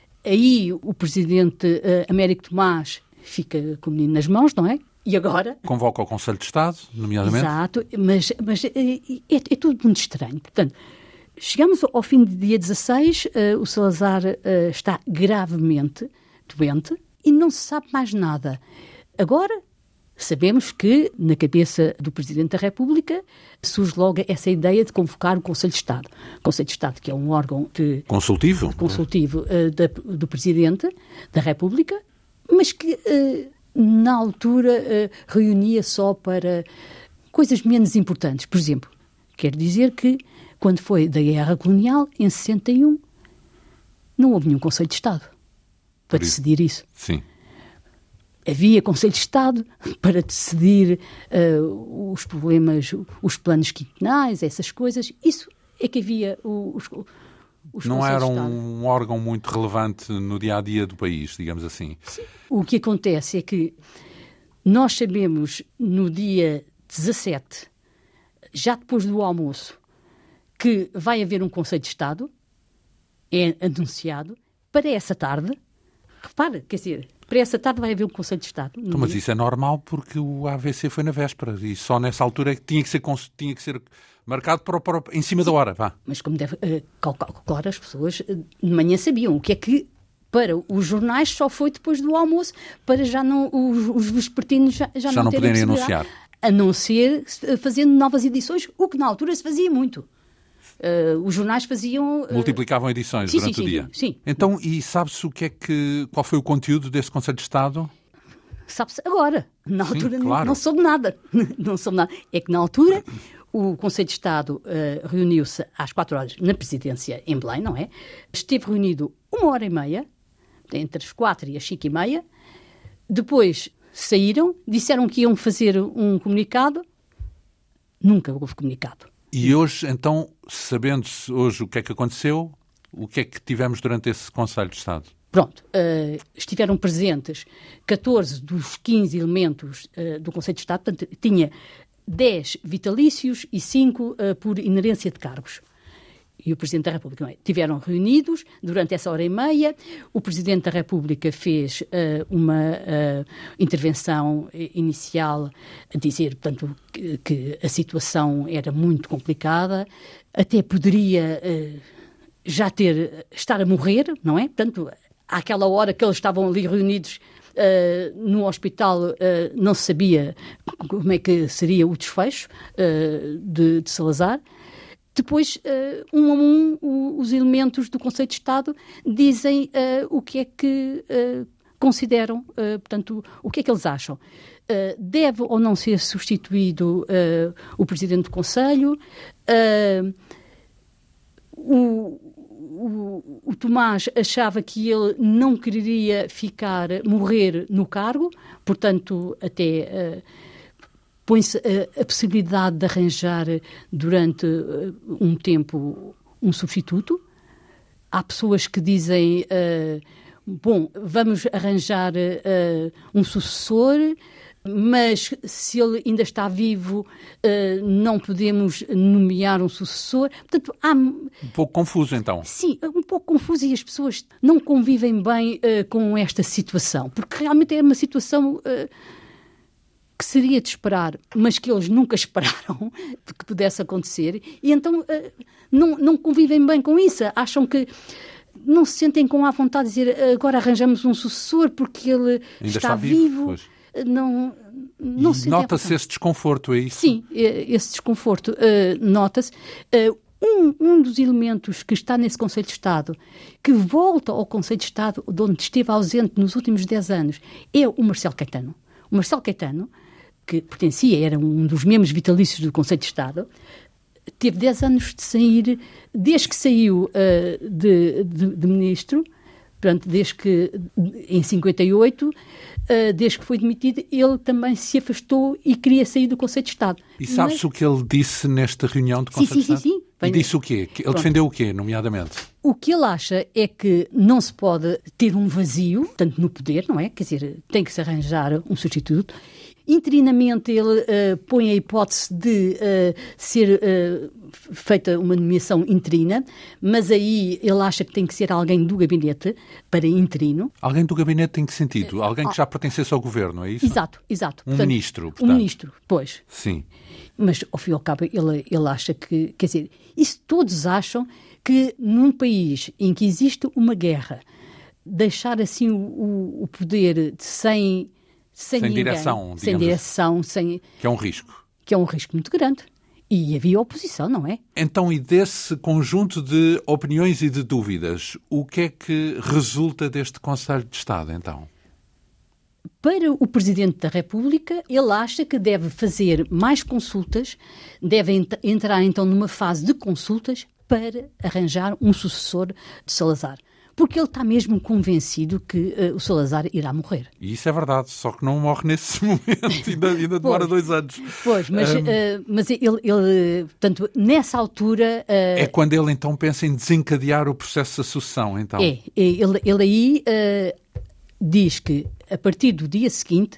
Aí o presidente uh, Américo Tomás fica com o menino nas mãos, não é? E agora? Convoca o Conselho de Estado, nomeadamente. Exato, mas, mas é, é, é tudo muito estranho. Portanto, chegamos ao fim do dia dezasseis, uh, o Salazar uh, está gravemente doente e não se sabe mais nada. Agora, sabemos que na cabeça do Presidente da República surge logo essa ideia de convocar o Conselho de Estado. O Conselho de Estado, que é um órgão de, consultivo, consultivo uh, da, do Presidente da República, mas que uh, na altura uh, reunia só para coisas menos importantes. Por exemplo, quero dizer que quando foi da Guerra Colonial, em sessenta e um, não houve nenhum Conselho de Estado para decidir isso. Sim. Havia Conselho de Estado para decidir uh, os problemas, os planos quinquenais, essas coisas. Isso é que havia os, os Não Conselhos era de Estado. Um órgão muito relevante no dia-a-dia do país, digamos assim. Sim. O que acontece é que nós sabemos no dia dezassete, já depois do almoço, que vai haver um Conselho de Estado, é anunciado, para essa tarde. Repara, quer dizer, para essa tarde vai haver um Conselho de Estado. Então, mas isso é normal porque o A V C foi na véspera e só nessa altura é que tinha que ser, tinha que ser marcado para, para, em cima Sim, da hora. Vá. Mas como deve uh, calcular, as pessoas uh, de manhã sabiam o que é que para os jornais só foi depois do almoço, para já não, os, os vespertinos já, já, já não, não terem poderem anunciar. A não ser uh, fazendo novas edições, o que na altura se fazia muito. Uh, os jornais faziam... Uh... Multiplicavam edições sim, durante sim, o sim, dia. Sim. Então, e sabe-se o que é que, qual foi o conteúdo desse Conselho de Estado? Sabe-se agora. Na sim, altura claro. não, não soube nada. Não soube nada. É que na altura o Conselho de Estado uh, reuniu-se às quatro horas na presidência em Belém, não é? Esteve reunido uma hora e meia, entre as quatro e as cinco e meia. Depois saíram, disseram que iam fazer um comunicado. Nunca houve comunicado. E hoje, então, sabendo-se hoje o que é que aconteceu, o que é que tivemos durante esse Conselho de Estado? Pronto, uh, estiveram presentes catorze dos quinze elementos uh, do Conselho de Estado, portanto, tinha dez vitalícios e cinco uh, por inerência de cargos. E o Presidente da República, não é? Tiveram reunidos durante essa hora e meia. O Presidente da República fez uh, uma uh, intervenção inicial a dizer, portanto, que, que a situação era muito complicada, até poderia uh, já ter, estar a morrer, não é? Portanto, àquela hora que eles estavam ali reunidos uh, no hospital, uh, não se sabia como é que seria o desfecho uh, de, de Salazar. Depois, uh, um a um, o, os elementos do Conselho de Estado dizem uh, o que é que uh, consideram, uh, portanto, o que é que eles acham. Uh, deve ou não ser substituído uh, o Presidente do Conselho? Uh, o, o, o Tomás achava que ele não queria ficar, morrer no cargo, portanto, até... Uh, põe-se a, a possibilidade de arranjar durante uh, um tempo um substituto. Há pessoas que dizem, uh, bom, vamos arranjar uh, um sucessor, mas se ele ainda está vivo, uh, não podemos nomear um sucessor. Portanto, há... Um pouco confuso, então. Sim, um pouco confuso, e as pessoas não convivem bem uh, com esta situação, porque realmente é uma situação... Uh, que seria de esperar, mas que eles nunca esperaram que pudesse acontecer, e então uh, não, não convivem bem com isso, acham que não se sentem com a vontade de dizer agora arranjamos um sucessor porque ele Ainda está, está vivo. vivo não, não e nota-se esse desconforto, é isso? Sim, esse desconforto uh, nota-se. Uh, um, um dos elementos que está nesse Conselho de Estado, que volta ao Conselho de Estado, de onde esteve ausente nos últimos dez anos, é o Marcelo Caetano. O Marcelo Caetano, que pertencia, era um dos membros vitalícios do Conselho de Estado, teve dez anos de sair, desde que saiu uh, de, de, de ministro, portanto, desde que, em cinquenta e oito, uh, desde que foi demitido, ele também se afastou e queria sair do Conselho de Estado. E sabes Mas... o que ele disse nesta reunião de sim, Conselho sim, de Estado? Sim, sim, sim. E disse o quê? Ele Pronto. defendeu o quê, nomeadamente? O que ele acha é que não se pode ter um vazio, tanto no poder, não é? Quer dizer, tem que se arranjar um substituto. Interinamente, ele uh, põe a hipótese de uh, ser uh, feita uma nomeação interina, mas aí ele acha que tem que ser alguém do gabinete para interino. Alguém do gabinete em que sentido? Alguém que já pertencesse ao governo, é isso? Exato, exato. Um Portanto, ministro, portanto. Um ministro, pois. Sim. Mas, ao fim e ao cabo, ele, ele acha que, quer dizer, isso todos acham que num país em que existe uma guerra, deixar assim o, o, o poder sem... Sem, sem ninguém, direção, sem direção, assim. sem... Que é um risco. Que é um risco muito grande. E havia oposição, não é? Então, e desse conjunto de opiniões e de dúvidas, o que é que resulta deste Conselho de Estado, então? Para o Presidente da República, ele acha que deve fazer mais consultas, deve ent- entrar então numa fase de consultas para arranjar um sucessor de Salazar. Porque ele está mesmo convencido que uh, o Salazar irá morrer. E isso é verdade, só que não morre nesse momento, ainda, ainda demora dois anos. Pois, mas, um... uh, mas ele, ele, portanto, nessa altura... Uh, é quando ele então pensa em desencadear o processo de sucessão, então. É, ele, ele aí uh, diz que a partir do dia seguinte,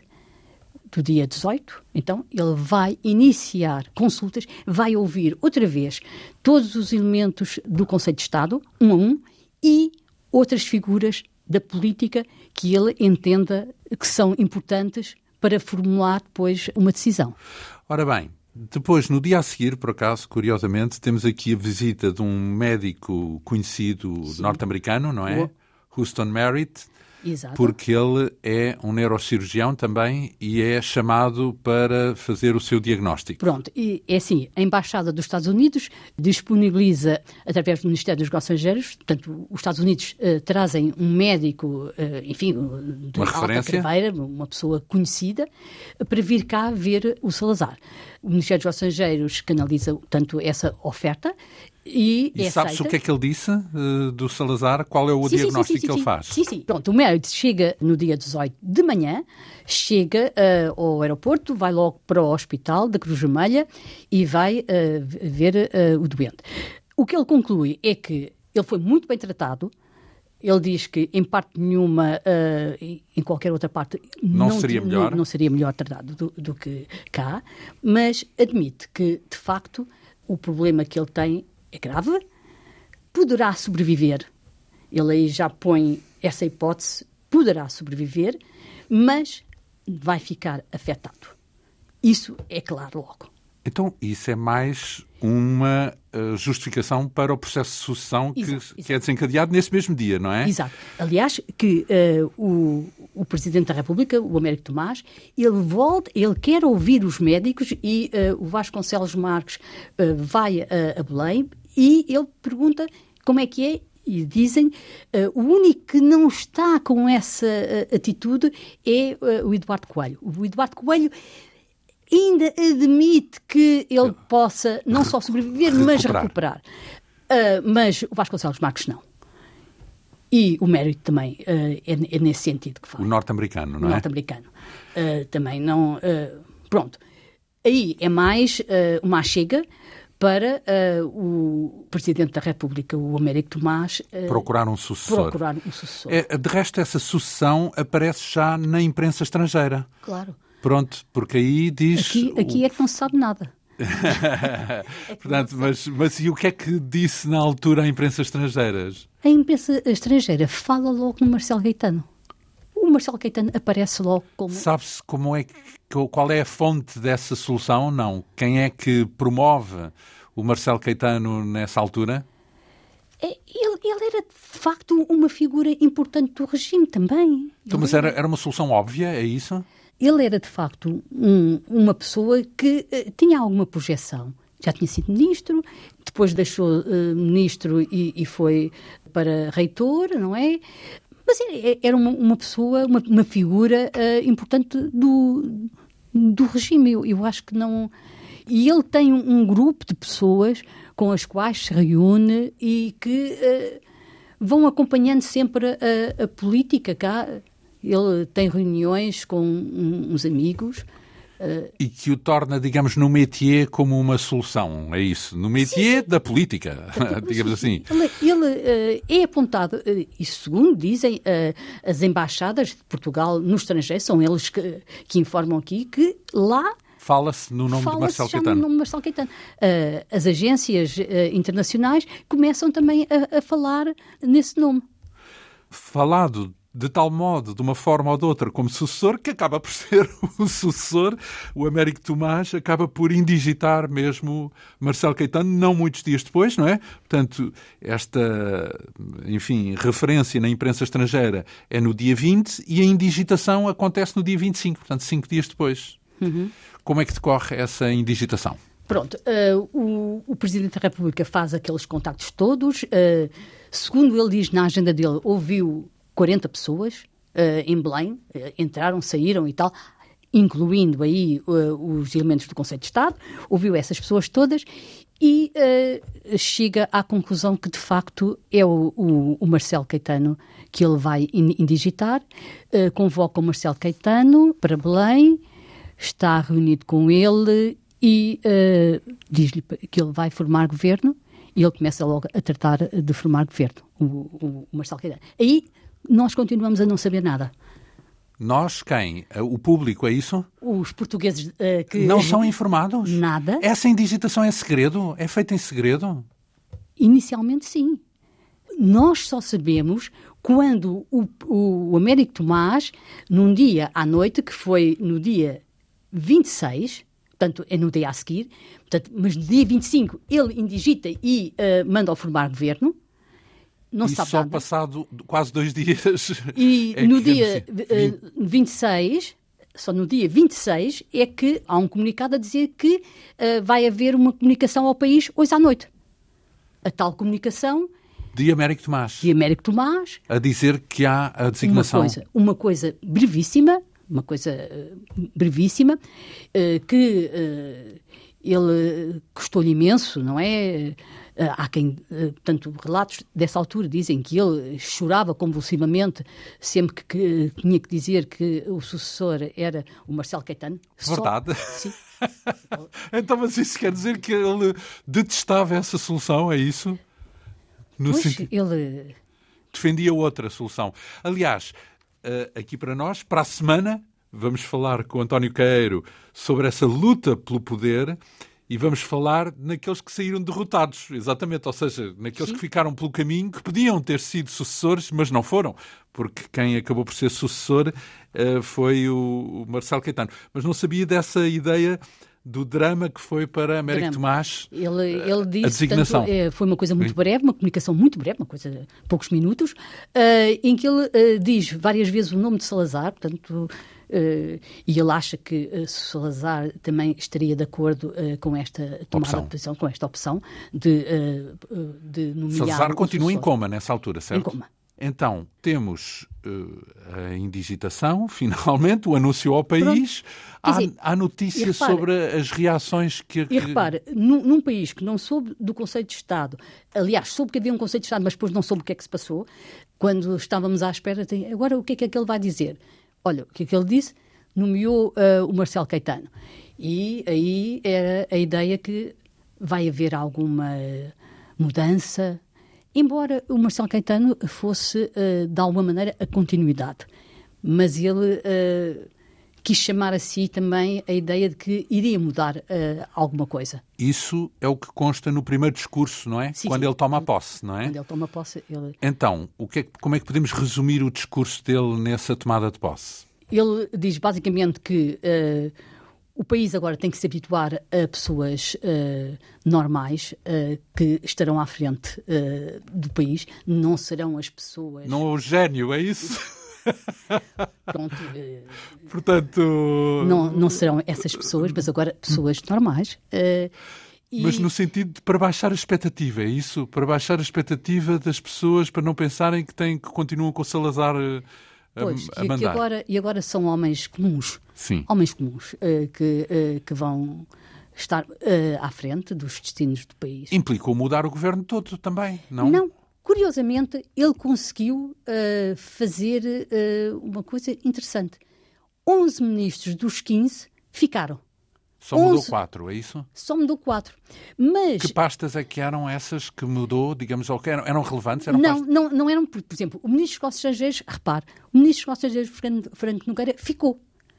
do dia dezoito, então, ele vai iniciar consultas, vai ouvir outra vez todos os elementos do Conselho de Estado, um a um, e outras figuras da política que ele entenda que são importantes para formular depois uma decisão. Ora bem, depois, no dia a seguir, por acaso, curiosamente, temos aqui a visita de um médico conhecido Sim. norte-americano, não é? O... Houston Merritt. Exato. Porque ele é um neurocirurgião também e é chamado para fazer o seu diagnóstico. Pronto, e é assim, a Embaixada dos Estados Unidos disponibiliza, através do Ministério dos Negócios Estrangeiros, portanto, os Estados Unidos uh, trazem um médico, uh, enfim, de uma alta referência, carreira, uma pessoa conhecida, para vir cá ver o Salazar. O Ministério dos Negócios Estrangeiros canaliza, portanto, essa oferta. E, e é sabes aceita. O que é que ele disse uh, do Salazar? Qual é o sim, diagnóstico sim, sim, sim, que ele sim, faz? Sim, sim. Pronto, o Merritt chega no dia dezoito de manhã, chega uh, ao aeroporto, vai logo para o hospital da Cruz Vermelha e vai uh, ver uh, o doente. O que ele conclui é que ele foi muito bem tratado. Ele diz que, em parte nenhuma, uh, em qualquer outra parte, não, não seria, não, melhor. não seria melhor tratado do, do que cá, mas admite que, de facto, o problema que ele tem é grave, poderá sobreviver. Ele aí já põe essa hipótese, poderá sobreviver, mas vai ficar afetado. Isso é claro logo. Então, isso é mais uma uh, justificação para o processo de sucessão que, exato, que é desencadeado nesse mesmo dia, não é? Exato. Aliás, que uh, o, o Presidente da República, o Américo Tomás, ele volta, ele quer ouvir os médicos e uh, o Vasconcelos Marques uh, vai uh, a Belém e ele pergunta como é que é. E dizem, uh, o único que não está com essa uh, atitude é uh, o Eduardo Coelho. O Eduardo Coelho ainda admite que ele possa não só sobreviver, mas recuperar. recuperar. Uh, mas o Vasconcelos Marques não. E o Merritt também uh, é, é nesse sentido que fala. O norte-americano, não o é? norte-americano. Uh, também não... Uh, pronto. Aí é mais uh, uma chega para uh, o Presidente da República, o Américo Tomás... Uh, procurar um sucessor. Procurar um sucessor. É, de resto, essa sucessão aparece já na imprensa estrangeira. Claro. Pronto, porque aí diz... Aqui, aqui é que não se sabe nada. é Portanto, mas, mas e o que é que disse na altura a imprensa estrangeira? A imprensa estrangeira fala logo no Marcelo Caetano. O Marcelo Caetano aparece logo como... Sabe-se como é que, qual é a fonte dessa solução? Não. Quem é que promove o Marcelo Caetano nessa altura? Ele, ele era, de facto, uma figura importante do regime também. Então, mas era, era uma solução óbvia, é isso? Ele era, de facto, um, uma pessoa que uh, tinha alguma projeção. Já tinha sido ministro, depois deixou uh, ministro e, e foi para reitor, não é? Mas era uma, uma pessoa, uma, uma figura uh, importante do, do regime. Eu, eu acho que não... E ele tem um, um grupo de pessoas com as quais se reúne e que uh, vão acompanhando sempre a, a política cá. ele tem reuniões com uns amigos. Uh, e que o torna, digamos, no métier como uma solução, é isso? No métier sim, da política, digamos assim. Ele, ele uh, é apontado, uh, e segundo dizem uh, as embaixadas de Portugal no estrangeiro, são eles que, que informam aqui, que lá... Fala-se no nome de Marcelo Caetano. no nome de Marcelo Caetano. Uh, as agências uh, internacionais começam também a, a falar nesse nome. Falado de tal modo, de uma forma ou de outra, como sucessor, que acaba por ser o sucessor, o Américo Tomás acaba por indigitar mesmo Marcelo Caetano, não muitos dias depois, não é? Portanto, esta, enfim, referência na imprensa estrangeira é no dia vinte e a indigitação acontece no dia vinte e cinco, portanto, cinco dias depois. Uhum. Como é que decorre essa indigitação? Pronto, uh, o, o Presidente da República faz aqueles contactos todos, uh, segundo ele diz na agenda dele, ouviu quarenta pessoas uh, em Belém, uh, entraram, saíram e tal, incluindo aí uh, os elementos do Conselho de Estado, ouviu essas pessoas todas e uh, chega à conclusão que, de facto, é o, o, o Marcelo Caetano que ele vai indigitar, uh, convoca o Marcelo Caetano para Belém, está reunido com ele e uh, diz-lhe que ele vai formar governo e ele começa logo a tratar de formar governo, o, o, o Marcelo Caetano. Aí nós continuamos a não saber nada. Nós, quem? O público, é isso? Os portugueses uh, que... Não são informados? Nada. Essa indigitação é segredo? É feita em segredo? Inicialmente, sim. Nós só sabemos quando o, o Américo Tomás, num dia à noite, que foi no dia vinte e seis, portanto, é no dia a seguir, portanto, mas no dia vinte e cinco ele indigita e uh, manda-o formar governo. Não e sabe só nada. Passado quase dois dias... E é no que, dia assim, uh, vinte e seis, só no dia vinte e seis, é que há um comunicado a dizer que uh, vai haver uma comunicação ao país hoje à noite. A tal comunicação... De Américo Tomás. De Américo Tomás. A dizer que há a designação. Uma coisa, uma coisa brevíssima, uma coisa uh, brevíssima, uh, que uh, ele custou-lhe imenso, não é? Uh, há quem, uh, portanto, relatos dessa altura dizem que ele chorava convulsivamente sempre que, que tinha que dizer que o sucessor era o Marcelo Caetano. Verdade? Só... Sim. Então, mas isso quer dizer que ele detestava essa solução, é isso? No pois, sentido... ele... Defendia outra solução. Aliás, uh, aqui para nós, para a semana, vamos falar com o António Queiro sobre essa luta pelo poder. E vamos falar naqueles que saíram derrotados, exatamente, ou seja, naqueles Sim. que ficaram pelo caminho, que podiam ter sido sucessores, mas não foram, porque quem acabou por ser sucessor uh, foi o, o Marcelo Caetano. Mas não sabia dessa ideia do drama que foi para Américo drama. Tomás, ele, ele disse, a designação. Tanto, é, foi uma coisa muito breve, uma comunicação muito breve, uma coisa de poucos minutos, uh, em que ele uh, diz várias vezes o nome de Salazar, portanto... Uh, e ele acha que uh, Salazar também estaria de acordo uh, com esta tomada opção. de posição, com esta opção de, uh, de nomear... Salazar continua em coma nessa altura, certo? Em coma. Então, temos uh, a indigitação, finalmente, o anúncio ao país. Há, dizer, há notícia repare, sobre as reações que... E repare, num, num país que não soube do Conselho de Estado, aliás, soube que havia um Conselho de Estado, mas depois não soube o que é que se passou, quando estávamos à espera, tem, agora o que é que é que ele vai dizer? Olha, o que é que ele disse? Nomeou uh, o Marcelo Caetano. E aí era a ideia que vai haver alguma mudança, embora o Marcelo Caetano fosse, uh, de alguma maneira, a continuidade. Mas ele uh, quis chamar a si também a ideia de que iria mudar uh, alguma coisa. Isso é o que consta no primeiro discurso, não é? Sim, Quando sim. ele toma posse, não é? Quando ele toma posse, ele... Então, o que é, como é que podemos resumir o discurso dele nessa tomada de posse? Ele diz basicamente que uh, o país agora tem que se habituar a pessoas uh, normais uh, que estarão à frente uh, do país, não serão as pessoas... Não é o gênio, é isso? Pronto. Uh, Portanto... Não, não serão essas pessoas, mas agora pessoas normais. Uh, e... Mas no sentido de para baixar a expectativa, é isso? Para baixar a expectativa das pessoas, para não pensarem que, têm, que continuam com o Salazar... Uh, Pois, a, a que, mandar. Que agora, e agora são homens comuns. Sim. Homens comuns uh, que, uh, que vão estar uh, à frente dos destinos do país. Implicou mudar o governo todo também, não? Não. Curiosamente, ele conseguiu uh, fazer uh, uma coisa interessante. onze ministros dos quinze ficaram. Só mudou quatro, é isso? Só mudou quatro. Mas... Que pastas é que eram essas que mudou, digamos, ou que eram, eram relevantes? Eram não, pastas... não, não eram, por exemplo, o Ministro dos Negócios Estrangeiros, repare, o Ministro dos Negócios Estrangeiros, Franco Nogueira, ficou.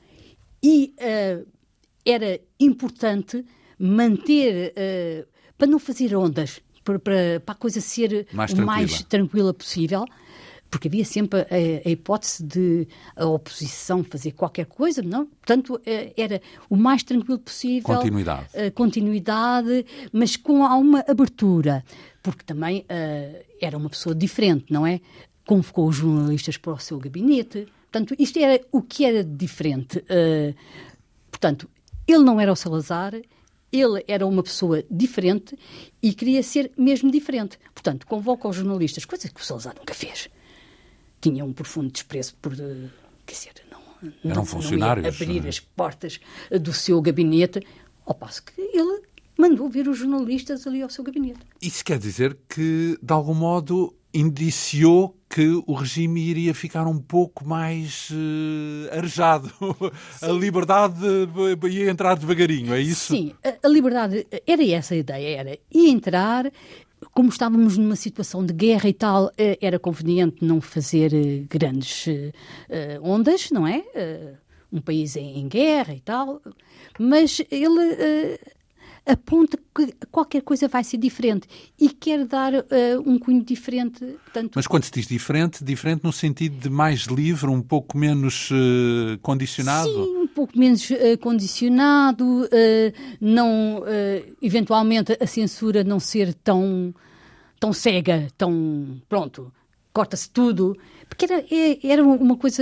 E uh, era importante manter, uh, para não fazer ondas, para, para, para a coisa ser mais o mais tranquila possível, porque havia sempre a, a hipótese de a oposição fazer qualquer coisa, não? Portanto, era o mais tranquilo possível. Continuidade. A continuidade, mas com alguma abertura, porque também uh, era uma pessoa diferente, não é? Convocou os jornalistas para o seu gabinete. Portanto, isto era o que era diferente. Uh, portanto, ele não era o Salazar, ele era uma pessoa diferente e queria ser mesmo diferente. Portanto, convoca os jornalistas, coisa que o Salazar nunca fez. Tinha um profundo desprezo por, quer dizer, não, não, Eram funcionários, não ia abrir não é? as portas do seu gabinete, ao passo que ele mandou vir os jornalistas ali ao seu gabinete. Isso quer dizer que, de algum modo, indiciou que o regime iria ficar um pouco mais uh, arejado. Sim. A liberdade ia entrar devagarinho, é isso? Sim, a, a liberdade, era essa a ideia, era ia entrar... Como estávamos numa situação de guerra e tal, era conveniente não fazer grandes ondas, não é? Um país em guerra e tal. Mas ele aponta que qualquer coisa vai ser diferente e quer dar um cunho diferente. Portanto... Mas quando se diz diferente, diferente no sentido de mais livre, um pouco menos uh, condicionado? Sim, um pouco menos uh, condicionado, uh, não, uh, eventualmente a censura não ser tão, tão cega, tão, pronto, corta-se tudo, porque era, era uma coisa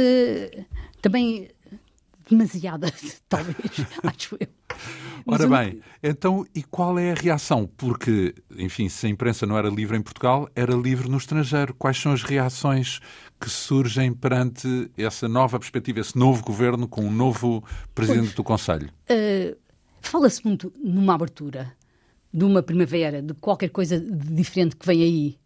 também demasiada, talvez, acho eu. Mas Ora bem, eu... então, e qual é a reação? Porque, enfim, se a imprensa não era livre em Portugal, era livre no estrangeiro. Quais são as reações que surgem perante essa nova perspectiva, esse novo governo com um novo presidente pois, do Conselho? Uh, fala-se muito numa abertura, de uma primavera, de qualquer coisa de diferente que vem aí.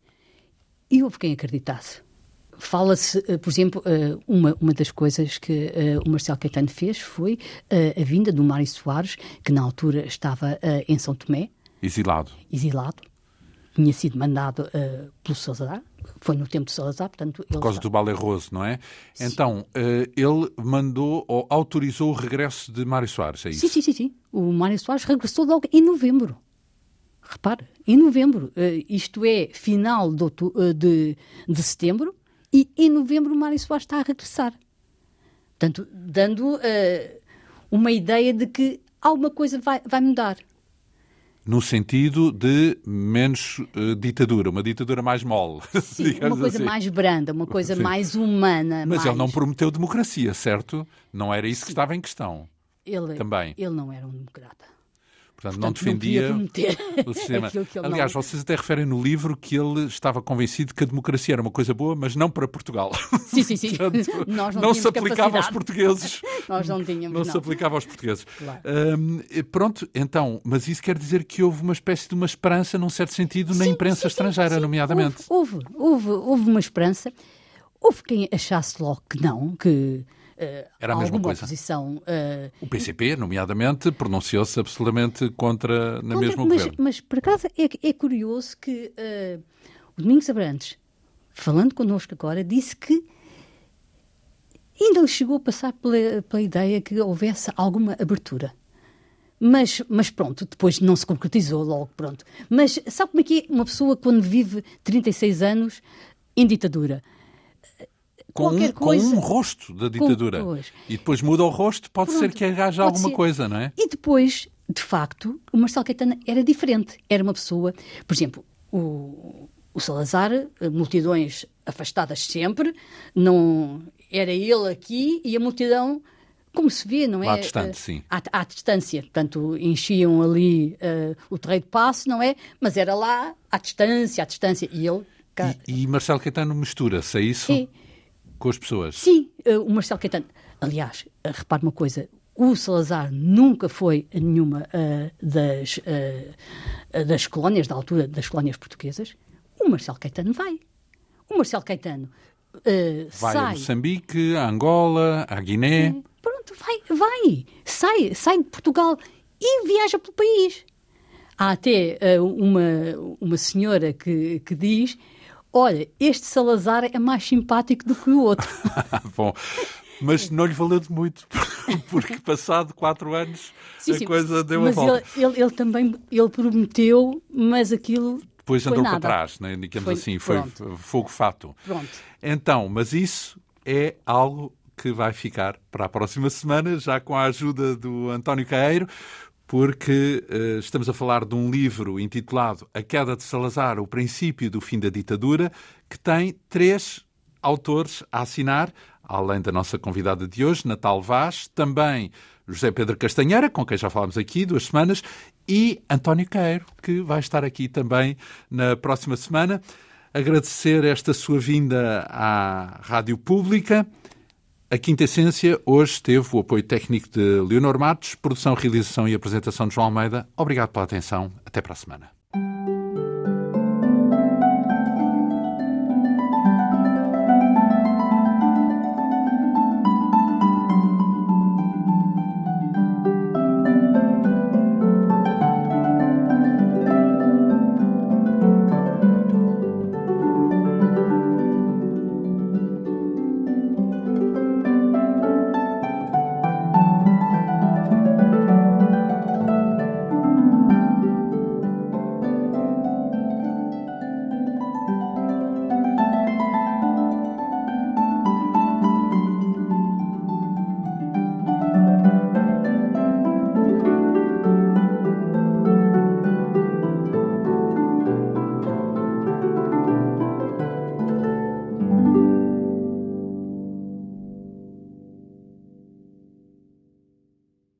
E houve quem acreditasse. Fala-se, por exemplo, uma, uma das coisas que o Marcelo Caetano fez foi a vinda do Mário Soares, que na altura estava em São Tomé. Exilado. Exilado. Tinha sido mandado uh, pelo Salazar. Foi no tempo de Salazar, portanto... Por causa do Baleroso, não é? Sim. Então, uh, ele mandou ou autorizou o regresso de Mário Soares, é isso? Sim, sim, sim. sim. O Mário Soares regressou logo em novembro. Repare, em novembro. Uh, isto é, final de, uh, de, de setembro. E em novembro o Mário Soares está a regressar. Portanto, dando uh, uma ideia de que alguma coisa vai, vai mudar. No sentido de menos uh, ditadura, uma ditadura mais mole. Sim, uma coisa assim. mais branda, uma coisa Sim. mais humana. Mas mais... ele não prometeu democracia, certo? Não era isso Sim. que estava em questão. Ele, Também. Ele não era um democrata. Portanto, Portanto, não defendia não o sistema. Aliás, não... vocês até referem no livro que ele estava convencido que a democracia era uma coisa boa, mas não para Portugal. Sim, sim, sim. Portanto, Nós não, não se aplicava capacidade. aos portugueses. Nós não tínhamos, não. não. se aplicava aos portugueses. Claro. Hum, pronto, então, mas isso quer dizer que houve uma espécie de uma esperança, num certo sentido, na sim, imprensa sim, estrangeira, sim, nomeadamente. Houve, houve, houve, houve uma esperança. Houve quem achasse logo que não, que... Uh, Era a mesma coisa. Oposição, uh, o P C P, nomeadamente, pronunciou-se absolutamente contra, na contra, mesma mas, governo. Mas, por acaso, é, é curioso que uh, o Domingos Abrantes, falando connosco agora, disse que ainda lhe chegou a passar pela, pela ideia que houvesse alguma abertura. Mas, mas pronto, depois não se concretizou logo, pronto. Mas sabe como é que é uma pessoa quando vive trinta e seis anos em ditadura? Com um, coisa, com um rosto da ditadura. Com, e depois muda o rosto, pode Pronto, ser que haja alguma ser. coisa, não é? E depois, de facto, o Marcelo Caetano era diferente. Era uma pessoa... Por exemplo, o, o Salazar, multidões afastadas sempre, não era ele aqui e a multidão, como se vê, não é? Lá à distância, sim. À, à distância. Portanto, enchiam ali uh, o terreiro de passo, não é? Mas era lá, à distância, à distância. E ele... E, e Marcelo Caetano mistura-se, é isso? É. Com as pessoas? Sim, uh, o Marcelo Caetano. Aliás, uh, repare uma coisa, o Salazar nunca foi a nenhuma uh, das, uh, das colónias, da altura das colónias portuguesas. O Marcelo Caetano vai. O Marcelo Caetano uh, vai sai... a Moçambique, a Angola, a Guiné... É, pronto, vai, vai. Sai, sai de Portugal e viaja pelo país. Há até uh, uma, uma senhora que, que diz: olha, este Salazar é mais simpático do que o outro. Bom, mas não lhe valeu de muito, porque passado quatro anos sim, a sim, coisa deu mas a volta. Ele, ele, ele também ele prometeu, mas aquilo depois foi andou nada. para trás, né? Digamos Foi- assim, foi pronto. fogo-fato. Pronto. Então, mas isso é algo que vai ficar para a próxima semana, já com a ajuda do António Caeiro, porque uh, estamos a falar de um livro intitulado A Queda de Salazar, o princípio do fim da ditadura, que tem três autores a assinar, além da nossa convidada de hoje, Natal Vaz, também José Pedro Castanheira, com quem já falámos aqui duas semanas, e António Caeiro, que vai estar aqui também na próxima semana. Agradecer esta sua vinda à Rádio Pública. A Quinta Essência hoje teve o apoio técnico de Leonor Matos, produção, realização e apresentação de João Almeida. Obrigado pela atenção. Até para a semana.